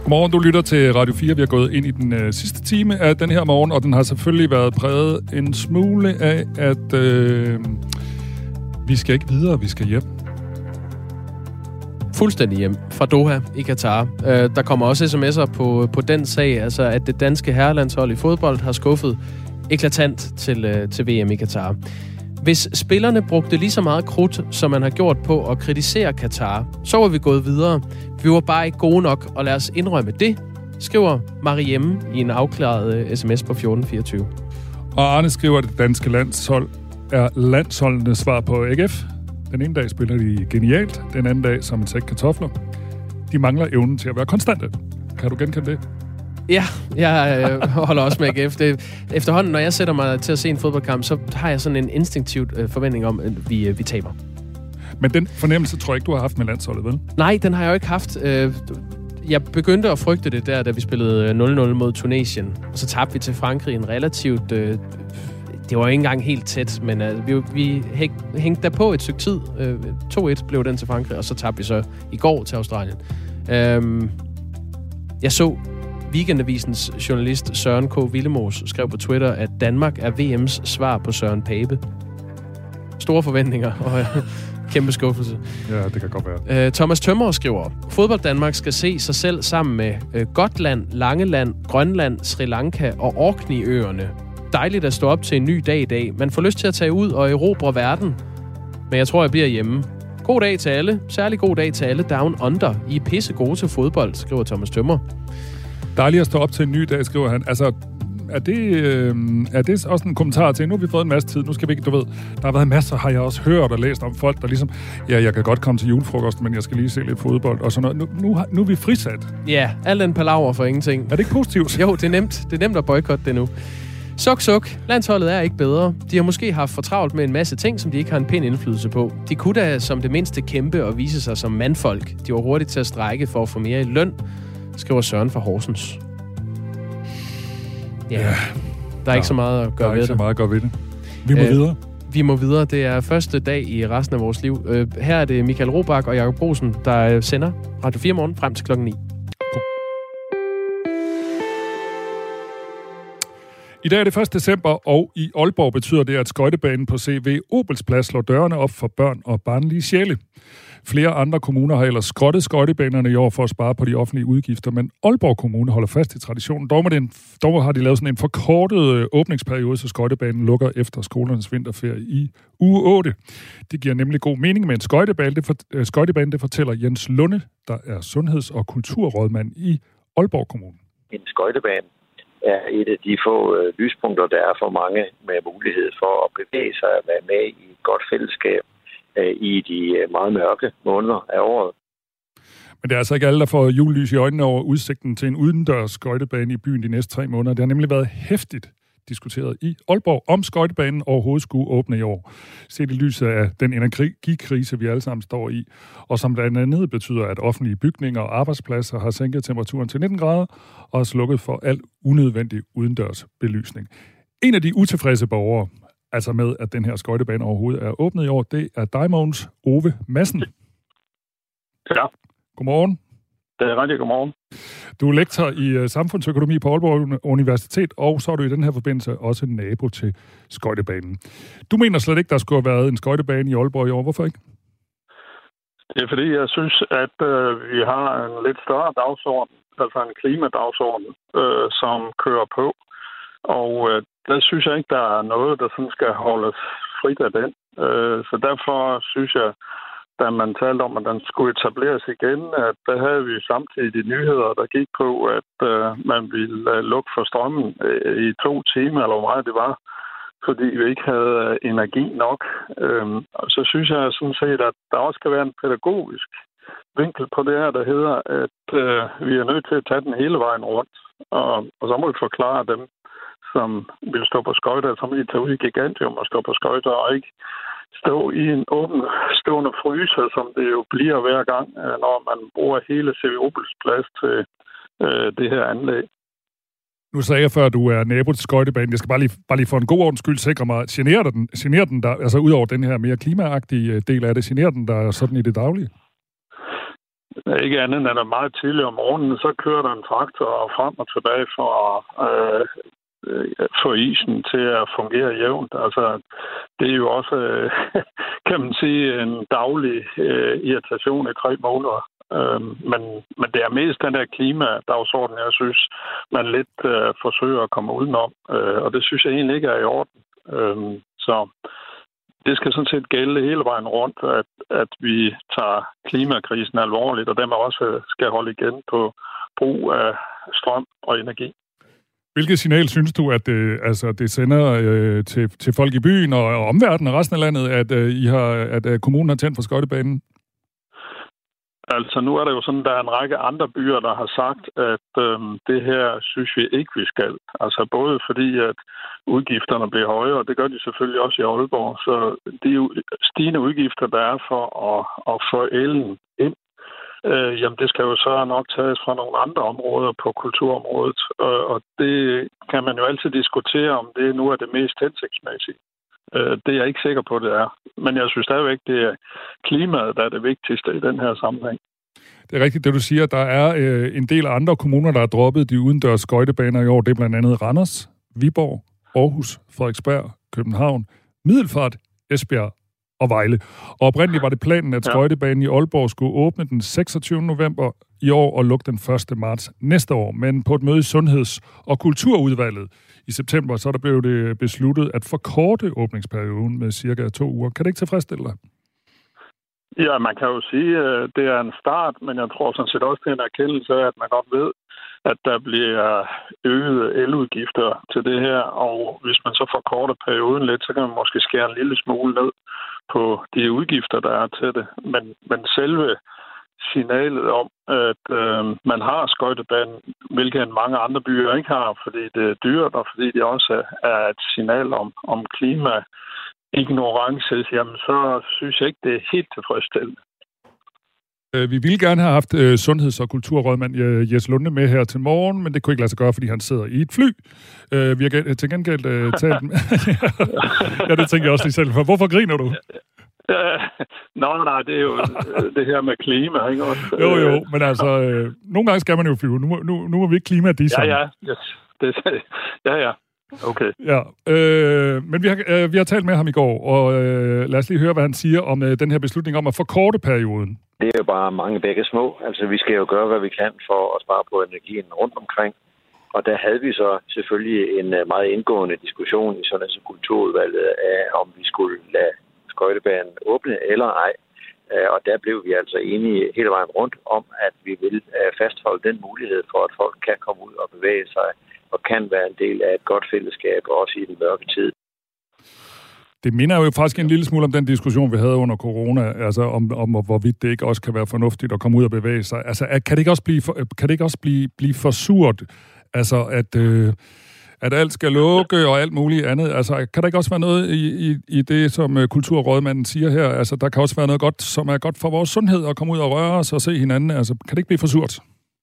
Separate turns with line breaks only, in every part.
Godmorgen, du lytter til Radio 4. Vi har gået ind i den sidste time af den her morgen, og den har selvfølgelig været præget en smule af, at vi skal ikke videre, vi skal hjem.
Fuldstændig hjem fra Doha i Katar. Der kommer også sms'er på den sag, altså at det danske herrelandshold i fodbold har skuffet eklatant til VM i Katar. Hvis spillerne brugte lige så meget krudt, som man har gjort på at kritisere Katar, så var vi gået videre. Vi var bare ikke gode nok, og lad os indrømme det, skriver Mariemme i en afklaret sms på 1424.
Og Arne skriver, at det danske landshold er landsholdenes svar på AGF. Den ene dag spiller de genialt, den anden dag som en sæk kartofler. De mangler evnen til at være konstante. Kan du genkende det?
Ja, jeg holder også med AGF. Efterhånden, når jeg sætter mig til at se en fodboldkamp, så har jeg sådan en instinktiv forventning om, at vi taber.
Men den fornemmelse tror jeg ikke, du har haft med landsholdet, vel?
Nej, den har jeg jo ikke haft. Jeg begyndte at frygte det da vi spillede 0-0 mod Tunesien. Og så tabte vi til Frankrig en relativt... det var ikke engang helt tæt, men vi hængte der på et stykke tid. 2-1 blev den til Frankrig, og så tabte vi så i går til Australien. Jeg så Weekendavisens journalist Søren K. Willemoes skrev på Twitter, at Danmark er VM's svar på Søren Pape. Store forventninger og kæmpe skuffelse.
Ja, det kan godt være.
Thomas Tømmer skriver, Fodbold Danmark skal se sig selv sammen med Gotland, Langeland, Grønland, Sri Lanka og Orkney-øerne. Dejligt at stå op til en ny dag i dag. Man får lyst til at tage ud og erobre verden. Men jeg tror, jeg bliver hjemme. God dag til alle. Særlig god dag til alle Down Under. I er pisse gode til fodbold, skriver Thomas Tømmer.
Dejligt at stå op til en ny dag, skriver han. Altså, er det også en kommentar til, nu har vi fået en masse tid, nu skal vi ikke, du ved, der har været masser, har jeg også hørt og læst om folk, der ligesom, ja, jeg kan godt komme til julefrokost, men jeg skal lige se lidt fodbold, og sådan noget. Nu er vi frisat.
Ja, al den palaver for ingenting.
Er det ikke positivt?
Jo, det er nemt. Det er nemt at boykotte det nu. Suk. Landsholdet er ikke bedre. De har måske haft for travlt med en masse ting, som de ikke har en pæn indflydelse på. De kunne da som det mindste kæmpe og vise sig som mandfolk. De var hurtigt til at strejke for at få mere i løn, skriver Søren fra Horsens. Ja, der er ikke så meget at gøre ved det.
Der er ikke så meget at gøre ved det. Vi må videre.
Vi må videre. Det er første dag i resten af vores liv. Her er det Michael Robach og Jakob Brosen, der sender Radio 4 morgen frem til klokken 9.
I dag er det 1. december, og i Aalborg betyder det, at skøjtebanen på CV Obelsplads slår dørene op for børn og barnlige sjæle. Flere andre kommuner har ellers skrottet skøjtebanerne i år for at spare på de offentlige udgifter, men Aalborg Kommune holder fast i traditionen. Dog har de lavet sådan en forkortet åbningsperiode, så skøjtebanen lukker efter skolernes vinterferie i uge 8. Det giver nemlig god mening med en skøjtebane, det fortæller Jens Lunde, der er sundheds- og kulturrådmand i Aalborg Kommune.
En skøjtebane er et af de få lyspunkter, der er for mange med mulighed for at bevæge sig og være med i et godt fællesskab i de meget mørke måneder af året.
Men det er altså ikke alle, der får julelys i øjnene over udsigten til en udendørs skøjtebane i byen de næste 3 måneder. Det har nemlig været heftigt diskuteret i Aalborg, om skøjtebanen overhovedet skulle åbne i år. Set i lyset af den energikrise, vi alle sammen står i, og som blandt andet betyder, at offentlige bygninger og arbejdspladser har sænket temperaturen til 19 grader og har slukket for al unødvendig udendørs belysning. En af de utilfredse borgere, altså med, at den her skøjtebane overhovedet er åbnet i år, det er dig, Mogens Ove Madsen.
Ja.
Godmorgen.
Det er rigtig godmorgen.
Du er lektor i samfundsøkonomi på Aalborg Universitet, og så er du i den her forbindelse også nabo til skøjtebanen. Du mener slet ikke, der skulle have været en skøjtebane i Aalborg i år. Hvorfor ikke?
Det er fordi, jeg synes, at vi har en lidt større dagsorden, altså en klimadagsorden, som kører på. Og der synes jeg ikke, der er noget, der sådan skal holdes frit af den. Så derfor synes jeg, da man talte om, at den skulle etableres igen, at der havde vi samtidig de nyheder, der gik på, at man ville lukke for strømmen i 2 timer, eller hvor meget det var, fordi vi ikke havde energi nok. Og så synes jeg sådan set, at der også skal være en pædagogisk vinkel på det her, der hedder, at vi er nødt til at tage den hele vejen rundt. Og så må vi forklare dem, som vil stå på skøjter, så må de tage ud i Gigantium og stå på skøjter, og ikke stå i en åben stående fryser, som det jo bliver hver gang, når man bruger hele CV Obelsplads til det her anlæg.
Nu sagde jeg før, at du er nabo til skøjtebanen. Jeg skal bare lige for en god ordens skyld sikre mig, generer den der, altså ud over den her mere klimaagtige del af det, generer den der sådan i det daglige?
ikke andet end at meget tidligt om morgenen, så kører der en traktor frem og tilbage for at få isen til at fungere jævnt. Altså, det er jo også, kan man sige, en daglig irritation i 3 måneder. Men det er mest den der klimadagsorden, jeg synes, man lidt forsøger at komme udenom. Og det synes jeg egentlig ikke er i orden. Så det skal sådan set gælde hele vejen rundt, at vi tager klimakrisen alvorligt, og dermed også skal holde igen på brug af strøm og energi.
Hvilket signal synes du, at det sender til folk i byen og omverdenen og resten af landet, at kommunen har tændt for skøjtebanen?
Altså, nu er der jo sådan, der er en række andre byer, der har sagt, at det her synes vi ikke, vi skal. Altså, både fordi, at udgifterne bliver højere, og det gør de selvfølgelig også i Aalborg. Så de stigende udgifter, der er for at få elen ind, jamen, det skal jo så nok tages fra nogle andre områder på kulturområdet. Og det kan man jo altid diskutere, om det nu er det mest hensigtsmæssige. Det er jeg ikke sikker på, det er. Men jeg synes stadigvæk, det er klimaet, der er det vigtigste i den her sammenhæng.
Det er rigtigt, det du siger. Der er en del andre kommuner, der har droppet de udendørs skøjtebaner i år. Det er blandt andet Randers, Viborg, Aarhus, Frederiksberg, København, Middelfart, Esbjerg og Vejle. Og oprindeligt var det planen, at skøjtebanen i Aalborg skulle åbne den 26. november i år og lukke den 1. marts næste år. Men på et møde i Sundheds- og Kulturudvalget i september, så der blev det besluttet at forkorte åbningsperioden med cirka 2 uger. Kan det ikke tilfredsstille dig?
Ja, man kan jo sige, at det er en start, men jeg tror sådan set også, det er en erkendelse af, at man godt ved, at der bliver øgede eludgifter til det her, og hvis man så forkorter perioden lidt, så kan man måske skære en lille smule ned på de udgifter, der er til det. Men selve signalet om, at man har skøjtebanen, hvilket mange andre byer ikke har, fordi det er dyrt, og fordi det også er et signal om klimaignorance, jamen så synes jeg ikke, det er helt tilfredsstillende.
Vi ville gerne have haft sundheds- og kulturrådmand Jes Lunde med her til morgen, men det kunne ikke lade sig gøre, fordi han sidder i et fly. Vi har til gengæld talt med... Ja, det tænker jeg også lige selv. Hvorfor griner du?
Nej, det er jo det her med klima, ikke også?
Jo, men altså, nogle gange skal man jo flyve. Nu må vi ikke klimadisse.
Ja. Yes. Ja. Okay.
Ja, men vi har talt med ham i går, og lad os lige høre, hvad han siger om den her beslutning om at forkorte perioden.
Det er jo bare mange begge små. Altså, vi skal jo gøre, hvad vi kan for at spare på energien rundt omkring. Og der havde vi så selvfølgelig en meget indgående diskussion i Sundheds- og Kulturudvalget af, om vi skulle lade skøjtebanen åbne eller ej. Og der blev vi altså enige hele vejen rundt om, at vi vil fastholde den mulighed for, at folk kan komme ud og bevæge sig og kan være en del af et godt fællesskab, også i den mørke tid.
Det minder jo faktisk en lille smule om den diskussion, vi havde under corona, altså om hvorvidt det ikke også kan være fornuftigt at komme ud og bevæge sig. Altså, kan det ikke også blive for surt, altså at alt skal lukke og alt muligt andet? Altså, kan der ikke også være noget i det, som kulturrådmanden siger her? Altså, der kan også være noget godt, som er godt for vores sundhed, at komme ud og røre os og se hinanden. Altså, kan det ikke blive for surt?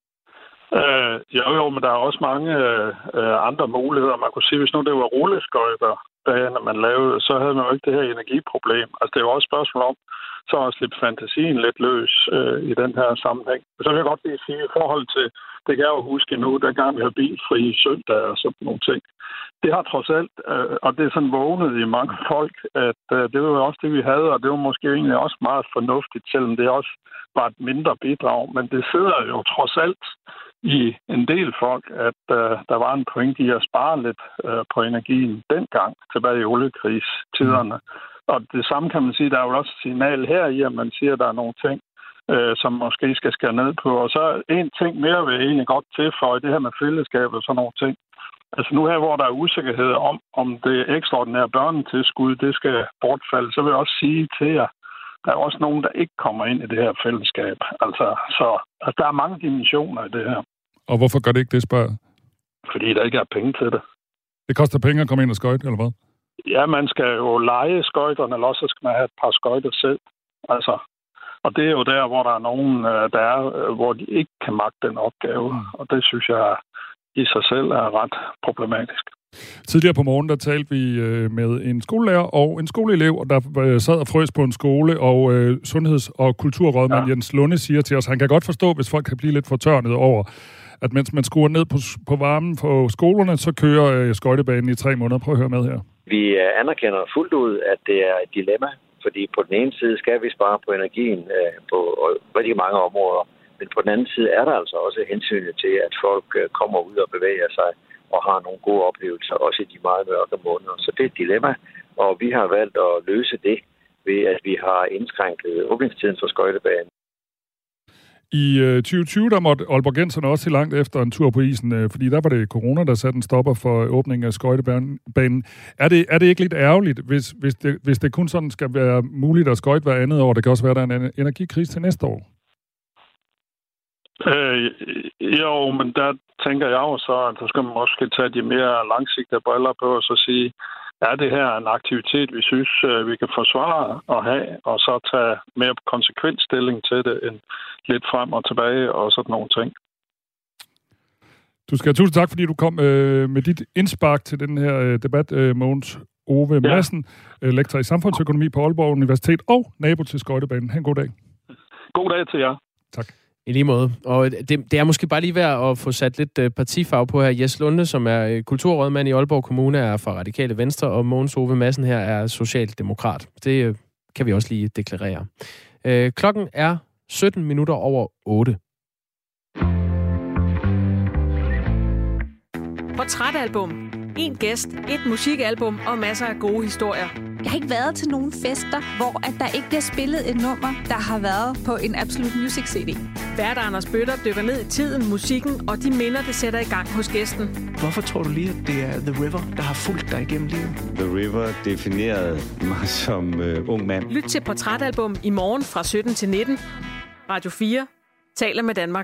Jo, men der er også mange andre muligheder. Man kunne sige, hvis nu det var rulleskøjter, når man lavede, så havde man jo ikke det her energiproblem. Altså, det er jo også et spørgsmål om, så at slippe fantasien lidt løs i den her sammenhæng. Så vil jeg godt lige sige, i forhold til, det kan jeg jo huske nu, dengang vi havde bilfri søndag og sådan nogle ting. Det har trods alt, og det er sådan vågnet i mange folk, at det var jo også det, vi havde, og det var måske egentlig også meget fornuftigt, selvom det også var et mindre bidrag. Men det sidder jo trods alt i en del folk, at der var en pointe i at spare lidt på energien dengang, tilbage i oliekrigstiderne. Og det samme kan man sige, der er jo også et signal her i, at man siger, at der er nogle ting, som måske skal skære ned på. Og så en ting mere vil jeg egentlig godt tilføje, det her med fællesskab og sådan nogle ting. Altså nu her, hvor der er usikkerhed om det ekstraordinære børnetilskud, det skal bortfalde, så vil jeg også sige til jer, der er også nogen, der ikke kommer ind i det her fællesskab. Altså, der er mange dimensioner i det her.
Og hvorfor gør det ikke det, spørger?
Fordi der ikke er penge til det.
Det koster penge at komme ind og skøjte, eller hvad?
Ja, man skal jo leje skøjterne, eller også skal man have et par skøjter selv. Altså, og det er jo der, hvor der er nogen, hvor de ikke kan magte den opgave. Og det synes jeg i sig selv er ret problematisk.
Tidligere på morgen, der talte vi med en skolelærer og en skoleelev, og der sad og frøs på en skole, og sundheds- og kulturrådmand Jens Lunde siger til os, han kan godt forstå, hvis folk kan blive lidt fortørnet over, at mens man skruer ned på varmen på skolerne, så kører skøjtebanen i 3 måneder. Prøv at høre med her.
Vi anerkender fuldt ud, at det er et dilemma, fordi på den ene side skal vi spare på energien på rigtig mange områder, men på den anden side er der altså også hensynet til, at folk kommer ud og bevæger sig og har nogle gode oplevelser, også i de meget mørke måneder. Så det er et dilemma, og vi har valgt at løse det ved, at vi har indskrænket åbningstiden for skøjtebanen.
I 2020, der måtte Aalborgenserne også til langt efter en tur på isen, fordi der var det corona, der satte en stopper for åbningen af skøjtebanen. Er det ikke lidt ærgerligt, hvis det kun sådan skal være muligt at skøjte hver andet år? Det kan også være, der er en energikrise til næste år.
Jo, men der tænker jeg jo så, at så skal man måske tage de mere langsigtede briller på og så sige, er det her en aktivitet, vi synes, vi kan forsvare at have, og så tage mere konsekvent stilling til det, end lidt frem og tilbage og sådan nogle ting.
Du skal have tusind tak, fordi du kom med dit indspark til den her debat, Mogens Ove Madsen, lektor i samfundsøkonomi på Aalborg Universitet og nabo til skøjtebanen. Ha' en god dag.
God dag til jer.
Tak.
I lige måde. Og det er måske bare lige værd at få sat lidt partifarve på her. Jes Lunde, som er kulturrådmand i Aalborg Kommune, er fra Radikale Venstre, og Mogens Ove Madsen her er socialdemokrat. Det kan vi også lige deklarere. Klokken er 17 minutter over 8.
Portrætalbum. En gæst, et musikalbum og masser af gode historier.
Jeg har ikke været til nogen fester, hvor at der ikke bliver spillet et nummer, der har været på en Absolute Music CD.
Vært Anders Bøtter dykker ned i tiden, musikken og de minder, det sætter i gang hos gæsten.
Hvorfor tror du lige, at det er The River, der har fulgt dig igennem livet?
The River definerede mig som ung mand.
Lyt til Portrætalbum i morgen fra 17 til 19. Radio 4 taler med Danmark.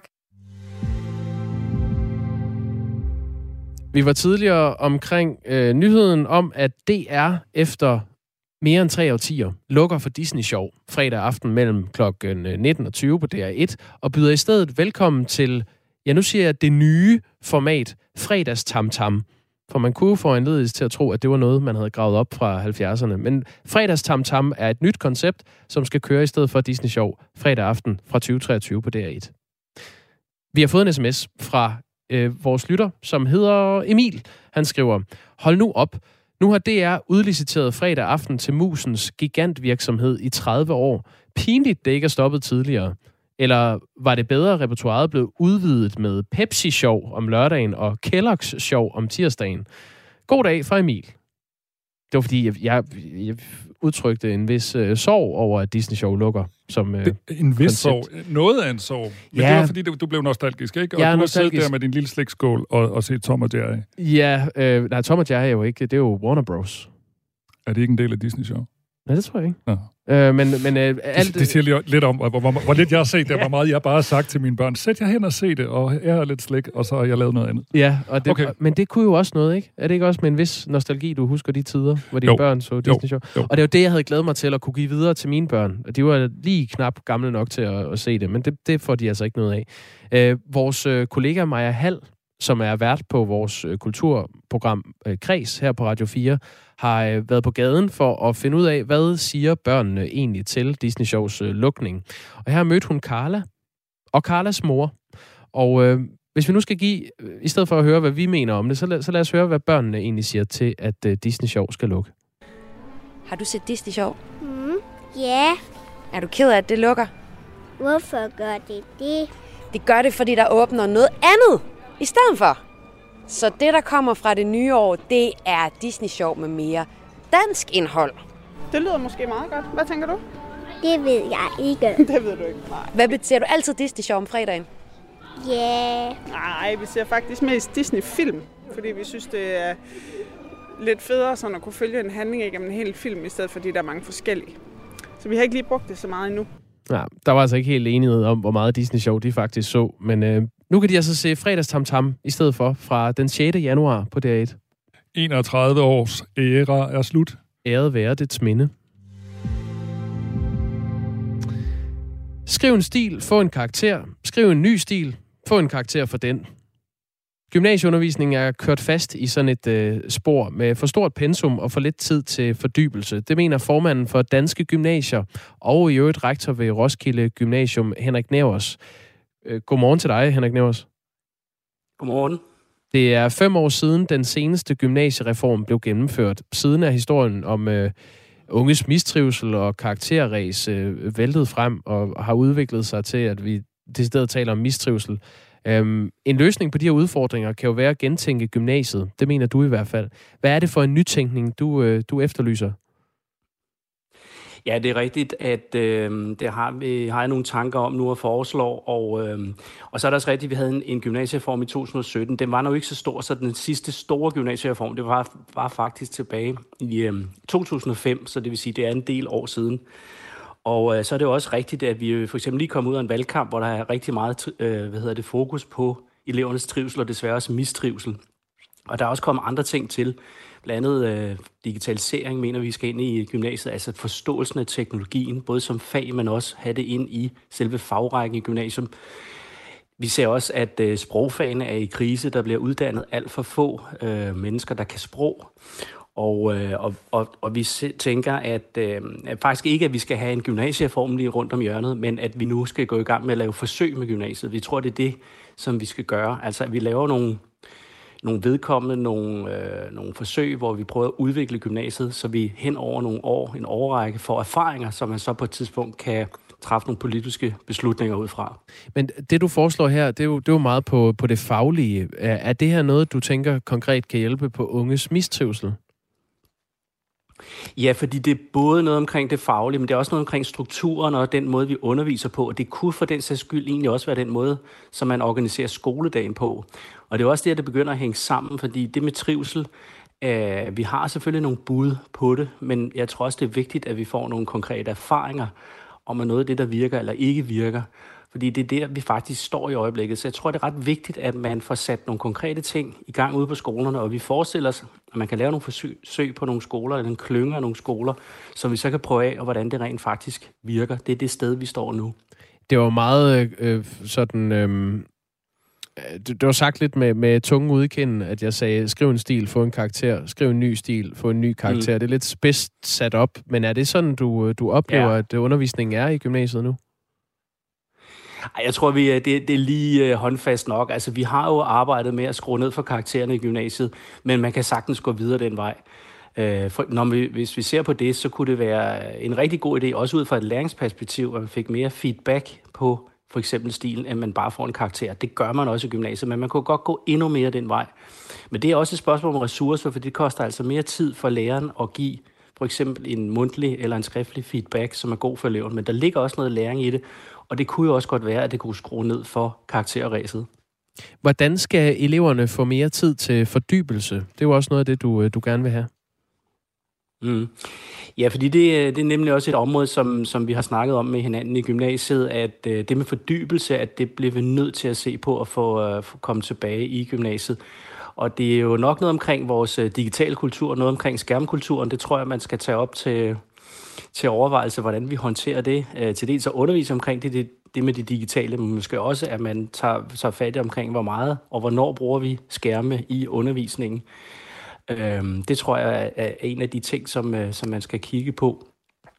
Vi var tidligere omkring nyheden om, at DR efter mere end 3 årtier lukker for Disney Sjov fredag aften mellem klokken 19 og 20 på DR1, og byder i stedet velkommen til, nu siger jeg, det nye format, Fredags Tam Tam. For man kunne få anledning til at tro, at det var noget, man havde gravet op fra 70'erne. Men Fredags Tam Tam er et nyt koncept, som skal køre i stedet for Disney Sjov fredag aften fra 2023 på DR1. Vi har fået en sms fra vores lytter, som hedder Emil. Han skriver, hold nu op. Nu har DR udliciteret fredag aften til Musens gigantvirksomhed i 30 år. Pinligt, det ikke er stoppet tidligere. Eller var det bedre, repertoiret blev udvidet med Pepsi-sjov om lørdagen og Kellogg's-sjov om tirsdagen? God dag fra Emil. Det var fordi, jeg udtrykte en vis sorg over, at Disney Show lukker. Som,
en vis sorg. Noget af en sorg. Men det var fordi, du blev nostalgisk, ikke? Og du har siddet der med din lille slikskål og set Tom og Jerry.
Ja, nej, Tom og Jerry er jo ikke. Det er jo Warner Bros.
Er det ikke en del af Disney Show?
Nej, det tror jeg ikke.
Ja. Det siger lidt om, hvor lidt jeg har set det, hvor meget jeg bare har sagt til mine børn. Sæt jer hen og se det, og jeg har lidt slik, og så har jeg lavet noget andet.
Ja, og det, men det kunne jo også noget, ikke? Er det ikke også med en vis nostalgi, du husker de tider, hvor dine børn så Disney Show? Jo. Og det er jo det, jeg havde glædet mig til at kunne give videre til mine børn. Og de var lige knap gamle nok til at se det, men det får de altså ikke noget af. Vores kollega Maja Hall, som er vært på vores kulturprogram Kreds her på Radio 4, har været på gaden for at finde ud af, hvad siger børnene egentlig til Disney Shows lukning. Og her mødte hun Carla og Carlas mor. Og hvis vi nu skal give, i stedet for at høre, hvad vi mener om det, så lad os høre, hvad børnene egentlig siger til, at Disney Show skal lukke.
Har du set Disney Show?
Ja.
Er du ked af, at det lukker?
Hvorfor gør det det?
Det gør det, fordi der åbner noget andet i stedet for. Så det, der kommer fra det nye år, det er Disney Show med mere dansk indhold.
Det lyder måske meget godt. Hvad tænker du?
Det ved jeg ikke.
Det ved du ikke, nej.
Hvad ser du altid Disney Show om fredagen?
Ja.
Nej, vi ser faktisk mest Disney-film, fordi vi synes, det er lidt federe sådan at kunne følge en handling igennem en hel film, i stedet for de der er mange forskellige. Så vi har ikke lige brugt det så meget endnu.
Ja, der var altså ikke helt enighed om, hvor meget Disney Show de faktisk så, men nu kan de altså se Fredags Tam Tam i stedet for fra den 6. januar på DR1.
31 års æra er slut.
Æret være dets minde. Skriv en stil, få en karakter. Skriv en ny stil, få en karakter for den. Gymnasieundervisningen er kørt fast i sådan et spor med for stort pensum og for lidt tid til fordybelse. Det mener formanden for Danske Gymnasier og i øvrigt rektor ved Roskilde Gymnasium, Henrik Nevers. Godmorgen til dig, Henrik Nevers.
Godmorgen.
Det er 5 år siden den seneste gymnasiereform blev gennemført. Siden er historien om unges mistrivsel og karakterræs væltet frem og har udviklet sig til, at vi decideret taler om mistrivsel. En løsning på de her udfordringer kan jo være at gentænke gymnasiet. Det mener du i hvert fald. Hvad er det for en nytænkning, du efterlyser?
Ja, det er rigtigt, at det har jeg nogle tanker om nu at foreslå, og så er det også rigtigt, at vi havde en gymnasiereform i 2017. Den var nok ikke så stor, så den sidste store gymnasiereform, det var faktisk tilbage i 2005, så det vil sige, det er en del år siden. Og så er det jo også rigtigt, at vi for eksempel lige kom ud af en valgkamp, hvor der er rigtig meget fokus på elevernes trivsel og desværre også mistrivsel. Og der er også kommet andre ting til. Blandt andet digitalisering mener vi skal ind i gymnasiet, altså forståelsen af teknologien, både som fag, men også have det ind i selve fagrækken i gymnasium. Vi ser også, at sprogfagene er i krise. Der bliver uddannet alt for få mennesker, der kan sprog. Og vi tænker, at faktisk ikke, at vi skal have en gymnasiereform lige rundt om hjørnet, men at vi nu skal gå i gang med at lave forsøg med gymnasiet. Vi tror, det er det, som vi skal gøre. Altså, at vi laver nogle vedkommende, nogle forsøg, hvor vi prøver at udvikle gymnasiet, så vi hen over nogle år, en årrække, får erfaringer, så man så på et tidspunkt kan træffe nogle politiske beslutninger ud fra.
Men det, du foreslår her, det er jo meget på det faglige. Er det her noget, du tænker konkret kan hjælpe på unges mistrivsel?
Ja, fordi det er både noget omkring det faglige, men det er også noget omkring strukturen og den måde, vi underviser på. Og det kunne for den sags skyld egentlig også være den måde, som man organiserer skoledagen på. Og det er også det begynder at hænge sammen, fordi det med trivsel, vi har selvfølgelig nogle bud på det, men jeg tror også, det er vigtigt, at vi får nogle konkrete erfaringer om noget af det, der virker eller ikke virker. Fordi det er der, vi faktisk står i øjeblikket. Så jeg tror, det er ret vigtigt, at man får sat nogle konkrete ting i gang ude på skolerne, og vi forestiller os, at man kan lave nogle forsøg på nogle skoler, eller en klynge af nogle skoler, så vi så kan prøve af, og hvordan det rent faktisk virker. Det er det sted, vi står nu.
Det var meget det var sagt lidt med tungen ude i kinden, at jeg sagde, skriv en stil, få en karakter, skriv en ny stil, få en ny karakter. Det er lidt spidst sat op, men er det sådan, du oplever, at undervisningen er i gymnasiet nu?
Jeg tror, det er lige håndfast nok. Altså, vi har jo arbejdet med at skrue ned for karaktererne i gymnasiet, men man kan sagtens gå videre den vej. Hvis vi ser på det, så kunne det være en rigtig god idé, også ud fra et læringsperspektiv, at man fik mere feedback på for eksempel stilen, at man bare får en karakter. Det gør man også i gymnasiet, men man kunne godt gå endnu mere den vej. Men det er også et spørgsmål om ressourcer, for det koster altså mere tid for læreren at give for eksempel en mundtlig eller en skriftlig feedback, som er god for eleven. Men der ligger også noget læring i det, og det kunne jo også godt være, at det kunne skrue ned for karakterræset.
Hvordan skal eleverne få mere tid til fordybelse? Det er jo også noget af det, du gerne vil have.
Ja, fordi det er nemlig også et område, som vi har snakket om med hinanden i gymnasiet, at det med fordybelse, at det bliver vi nødt til at se på at få komme tilbage i gymnasiet. Og det er jo nok noget omkring vores digitale kultur, noget omkring skærmkulturen. Det tror jeg, man skal tage op til overvejelse, hvordan vi håndterer det. Til dels at undervise omkring det med det digitale, men måske også, at man tager fat omkring, hvor meget og hvornår bruger vi skærme i undervisningen. Det tror jeg er en af de ting, som man skal kigge på.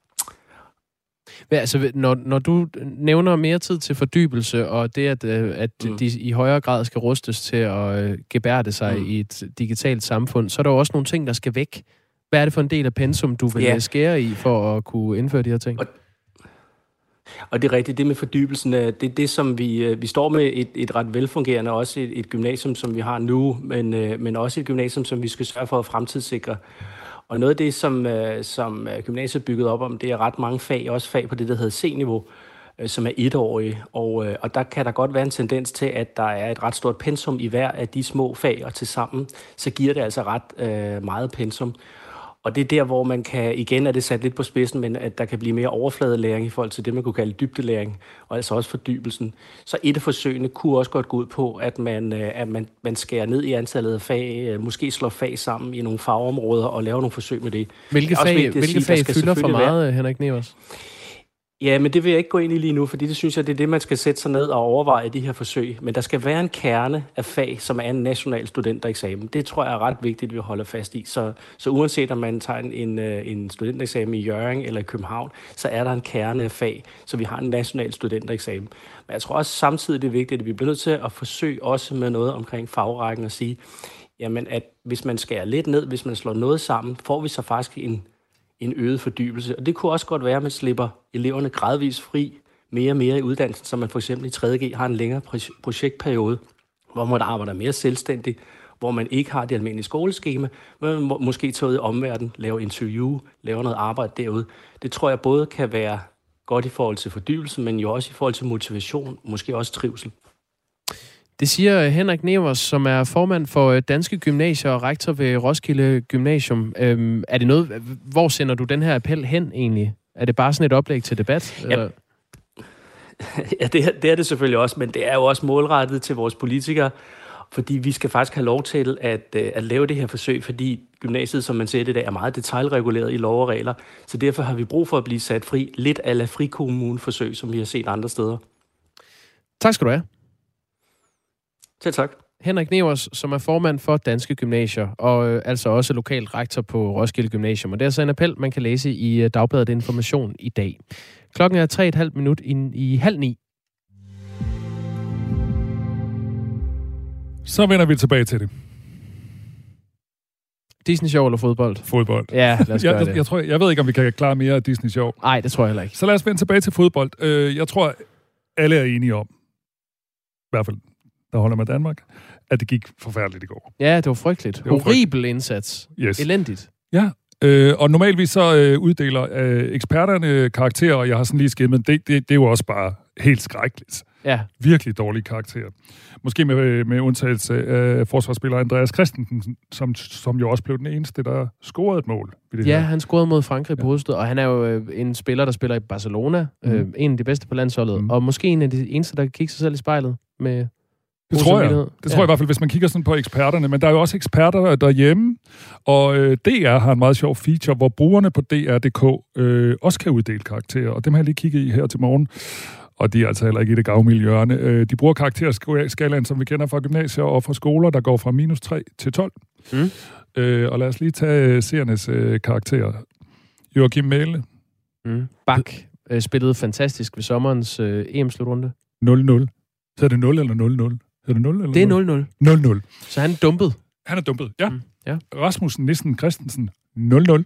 Altså, når du nævner mere tid til fordybelse, og det, at de i højere grad skal rustes til at gebærde sig i et digitalt samfund, så er der jo også nogle ting, der skal væk. Hvad er det for en del af pensum, du vil skære i for at kunne indføre de her ting?
Og det er rigtigt, det med fordybelsen, det er det, som vi står med et ret velfungerende, også et gymnasium, som vi har nu, men også et gymnasium, som vi skal sørge for at fremtidssikre. Og noget af det, som gymnasiet er bygget op om, det er ret mange fag, også fag på det, der hedder C-niveau, som er 1-årige. Og der kan der godt være en tendens til, at der er et ret stort pensum i hver af de små fag, og til sammen, så giver det altså ret meget pensum. Og det er der, hvor man kan, igen er det sat lidt på spidsen, men at der kan blive mere overfladelæring i forhold til det, man kunne kalde dybdelæring, og altså også fordybelsen. Så et af forsøgene kunne også godt gå ud på, at man skærer ned i antallet af fag, måske slår fag sammen i nogle fagområder og laver nogle forsøg med det.
Hvilke fag fylder for meget, Henrik Nevers?
Ja, men det vil jeg ikke gå ind i lige nu, fordi det synes jeg, det er det, man skal sætte sig ned og overveje i de her forsøg. Men der skal være en kerne af fag, som er en national studentereksamen. Det tror jeg er ret vigtigt, at vi holder fast i. Så uanset om man tager en studentereksamen i Hjørring eller i København, så er der en kerne af fag, så vi har en national studentereksamen. Men jeg tror også samtidig, det er vigtigt, at vi bliver nødt til at forsøge også med noget omkring fagrækken og sige, jamen at hvis man skærer lidt ned, hvis man slår noget sammen, får vi så faktisk en øget fordybelse. Og det kunne også godt være, at man slipper eleverne gradvist fri mere og mere i uddannelsen, så man for eksempel i 3.G har en længere projektperiode, hvor man arbejder mere selvstændigt, hvor man ikke har det almindelige skoleskema, men man måske tager ud i omverdenen, laver interview, laver noget arbejde derude. Det tror jeg både kan være godt i forhold til fordybelse, men jo også i forhold til motivation, måske også trivsel.
Det siger Henrik Nevers, som er formand for Danske Gymnasier og rektor ved Roskilde Gymnasium. Er det noget, hvor sender du den her appel hen egentlig? Er det bare sådan et oplæg til debat?
Ja, ja det er det selvfølgelig også, men det er jo også målrettet til vores politikere, fordi vi skal faktisk have lov til at lave det her forsøg, fordi gymnasiet, som man ser det, er meget detaljreguleret i lov og regler, så derfor har vi brug for at blive sat fri, lidt a la frikommuneforsøg, som vi har set andre steder.
Tak skal du have.
Selv tak.
Henrik Nevers, som er formand for Danske Gymnasier, og altså også lokal rektor på Roskilde Gymnasium. Og det er så en appel, man kan læse i Dagbladet Information i dag. Klokken er 3,5 minut i 8:30.
Så vender vi tilbage til det.
Disney-show eller fodbold?
Fodbold.
Ja, lad os gøre det.
Jeg ved ikke, om vi kan klare mere af Disney-show.
Nej, det tror jeg heller ikke.
Så lad os vende tilbage til fodbold. Jeg tror, alle er enige om, i hvert fald der holder med Danmark, at det gik forfærdeligt i går.
Ja, det var frygteligt. Horribel indsats.
Yes.
Elendigt.
Ja, og normalvis så uddeler eksperterne karakterer, og jeg har sådan lige skimmet, det er jo også bare helt skrækkeligt.
Ja.
Virkelig dårlige karakterer. Måske med undtagelse af forsvarsspiller Andreas Christensen, som jo også blev den eneste, der scorede et mål.
Han scorede mod Frankrig på hovedstød, og han er jo en spiller, der spiller i Barcelona. En af de bedste på landsholdet, og måske en af de eneste, der kan kigge sig selv i spejlet med...
Det tror jeg. Det tror jeg i hvert fald, hvis man kigger sådan på eksperterne. Men der er jo også eksperter derhjemme, og DR har en meget sjov feature, hvor brugerne på DR.dk også kan uddele karakterer, og dem har jeg lige kigget i her til morgen. Og de er altså heller ikke i det gavmilde hjørne. De bruger karakterskalaen, som vi kender fra gymnasier og fra skoler, der går fra -3 til 12. Og lad os lige tage seernes karakterer. Joachim Mæhle.
Bak spillede fantastisk ved sommerens EM-slutrunde.
0-0. Så er det 0 eller 0-0? Er det 0 eller 0?
Det er 0-0.
0-0.
Så han er dumpet?
Han er dumpet, ja.
Ja.
Rasmussen Nissen Christensen, 0-0.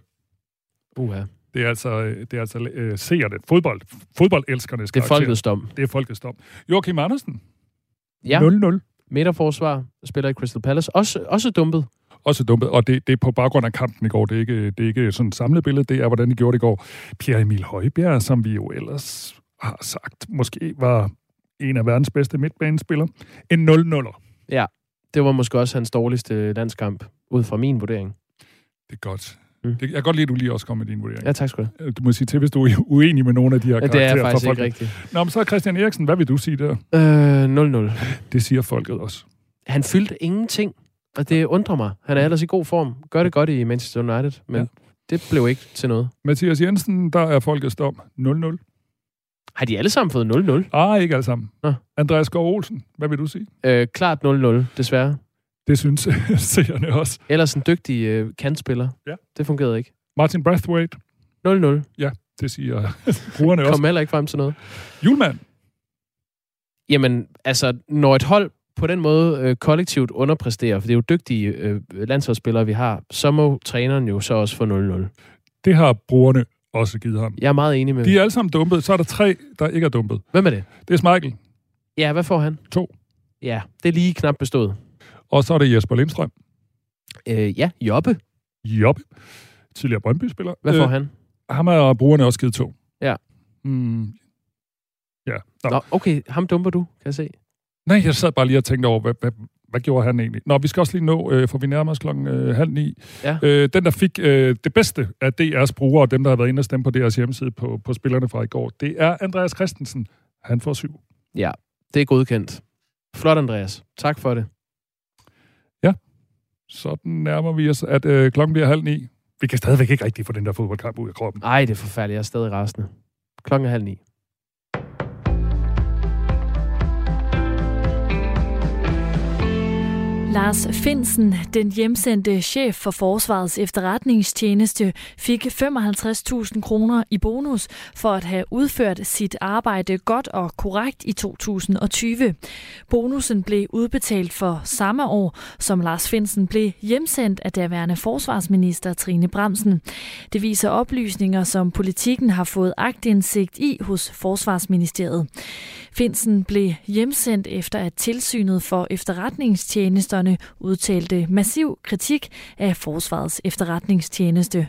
Det er altså seerne. Fodboldeldskernes karakter.
Det er folkets dom.
Det er folkets dom. Joachim Andersen,
ja.
0-0.
Midterforsvar, spiller i Crystal Palace. Også dumpet.
Også dumpet, og det er på baggrund af kampen i går. Det er ikke sådan et samlet billede, det er, hvordan de gjorde det i går. Pierre Emil Højbjerg, som vi jo ellers har sagt, måske var en af verdens bedste midtbanespillere. En 0-0'er.
Ja, det var måske også hans dårligste landskamp, ud fra min vurdering.
Det er godt. Jeg kan godt lide, at du lige også kommer med din vurdering.
Ja, tak skal du have.
Du må sige til, hvis du er uenig med nogle af de her karakterer.
Det er faktisk ikke rigtigt.
Nå, men så Christian Eriksen, hvad vil du sige der?
0-0.
Det siger folket også.
Han fyldte ingenting, og det undrer mig. Han er ellers i god form. Gør det godt i Manchester United, men det blev ikke til noget.
Mathias Jensen, der er folkets dom 0-0.
Har de alle sammen fået 0-0?
Ikke alle sammen. Andreas Gård Olsen, hvad vil du sige?
Klart 0-0, desværre.
Det synes seerne også.
Ellers en dygtig kantspiller.
Ja.
Det fungerede ikke.
Martin Brathwaite.
0-0.
Ja, det siger brugerne også.
Kom heller ikke frem til noget.
Julemand.
Jamen, altså, når et hold på den måde kollektivt underpræsterer, for det er jo dygtige landsholdsspillere, vi har, så må træneren jo så også få 0-0.
Det har brugerne også givet ham.
Jeg er meget enig med.
De er alle sammen dumpet. Så er der 3, der ikke er dumpet.
Hvem er det?
Det er Schmeichel.
Ja, hvad får han?
2.
Ja, det er lige knap bestået.
Og så er det Jesper Lindstrøm.
Ja, Jobbe.
Tidligere Brøndby-spiller.
Hvad får han?
Ham har brugerne også givet 2.
Ja.
Ja.
Nå, okay, ham dumper du, kan jeg se.
Nej, jeg sad bare lige og tænkte over, hvad gjorde han egentlig? Nå, vi skal også lige nå, for vi nærmer os 8:30.
Ja.
Den, der fik det bedste af DR's brugere, og dem, der har været inde og stemme på DR's hjemmeside på spillerne fra i går, det er Andreas Christensen. Han får 7.
Ja, det er godkendt. Flot, Andreas. Tak for det.
Ja, så nærmer vi os, at klokken bliver 8:30. Vi kan stadigvæk ikke rigtig få den der fodboldkamp ud af kroppen.
Nej, det er forfærdeligt. Jeg er stadig rasende. 8:30.
Lars Findsen, den hjemsendte chef for Forsvarets efterretningstjeneste, fik 55.000 kroner i bonus for at have udført sit arbejde godt og korrekt i 2020. Bonusen blev udbetalt for samme år, som Lars Findsen blev hjemsendt af daværende forsvarsminister Trine Bramsen. Det viser oplysninger, som Politikken har fået aktindsigt i hos Forsvarsministeriet. Findsen blev hjemsendt efter at tilsynet for efterretningstjenesterne udtalte massiv kritik af Forsvarets efterretningstjeneste.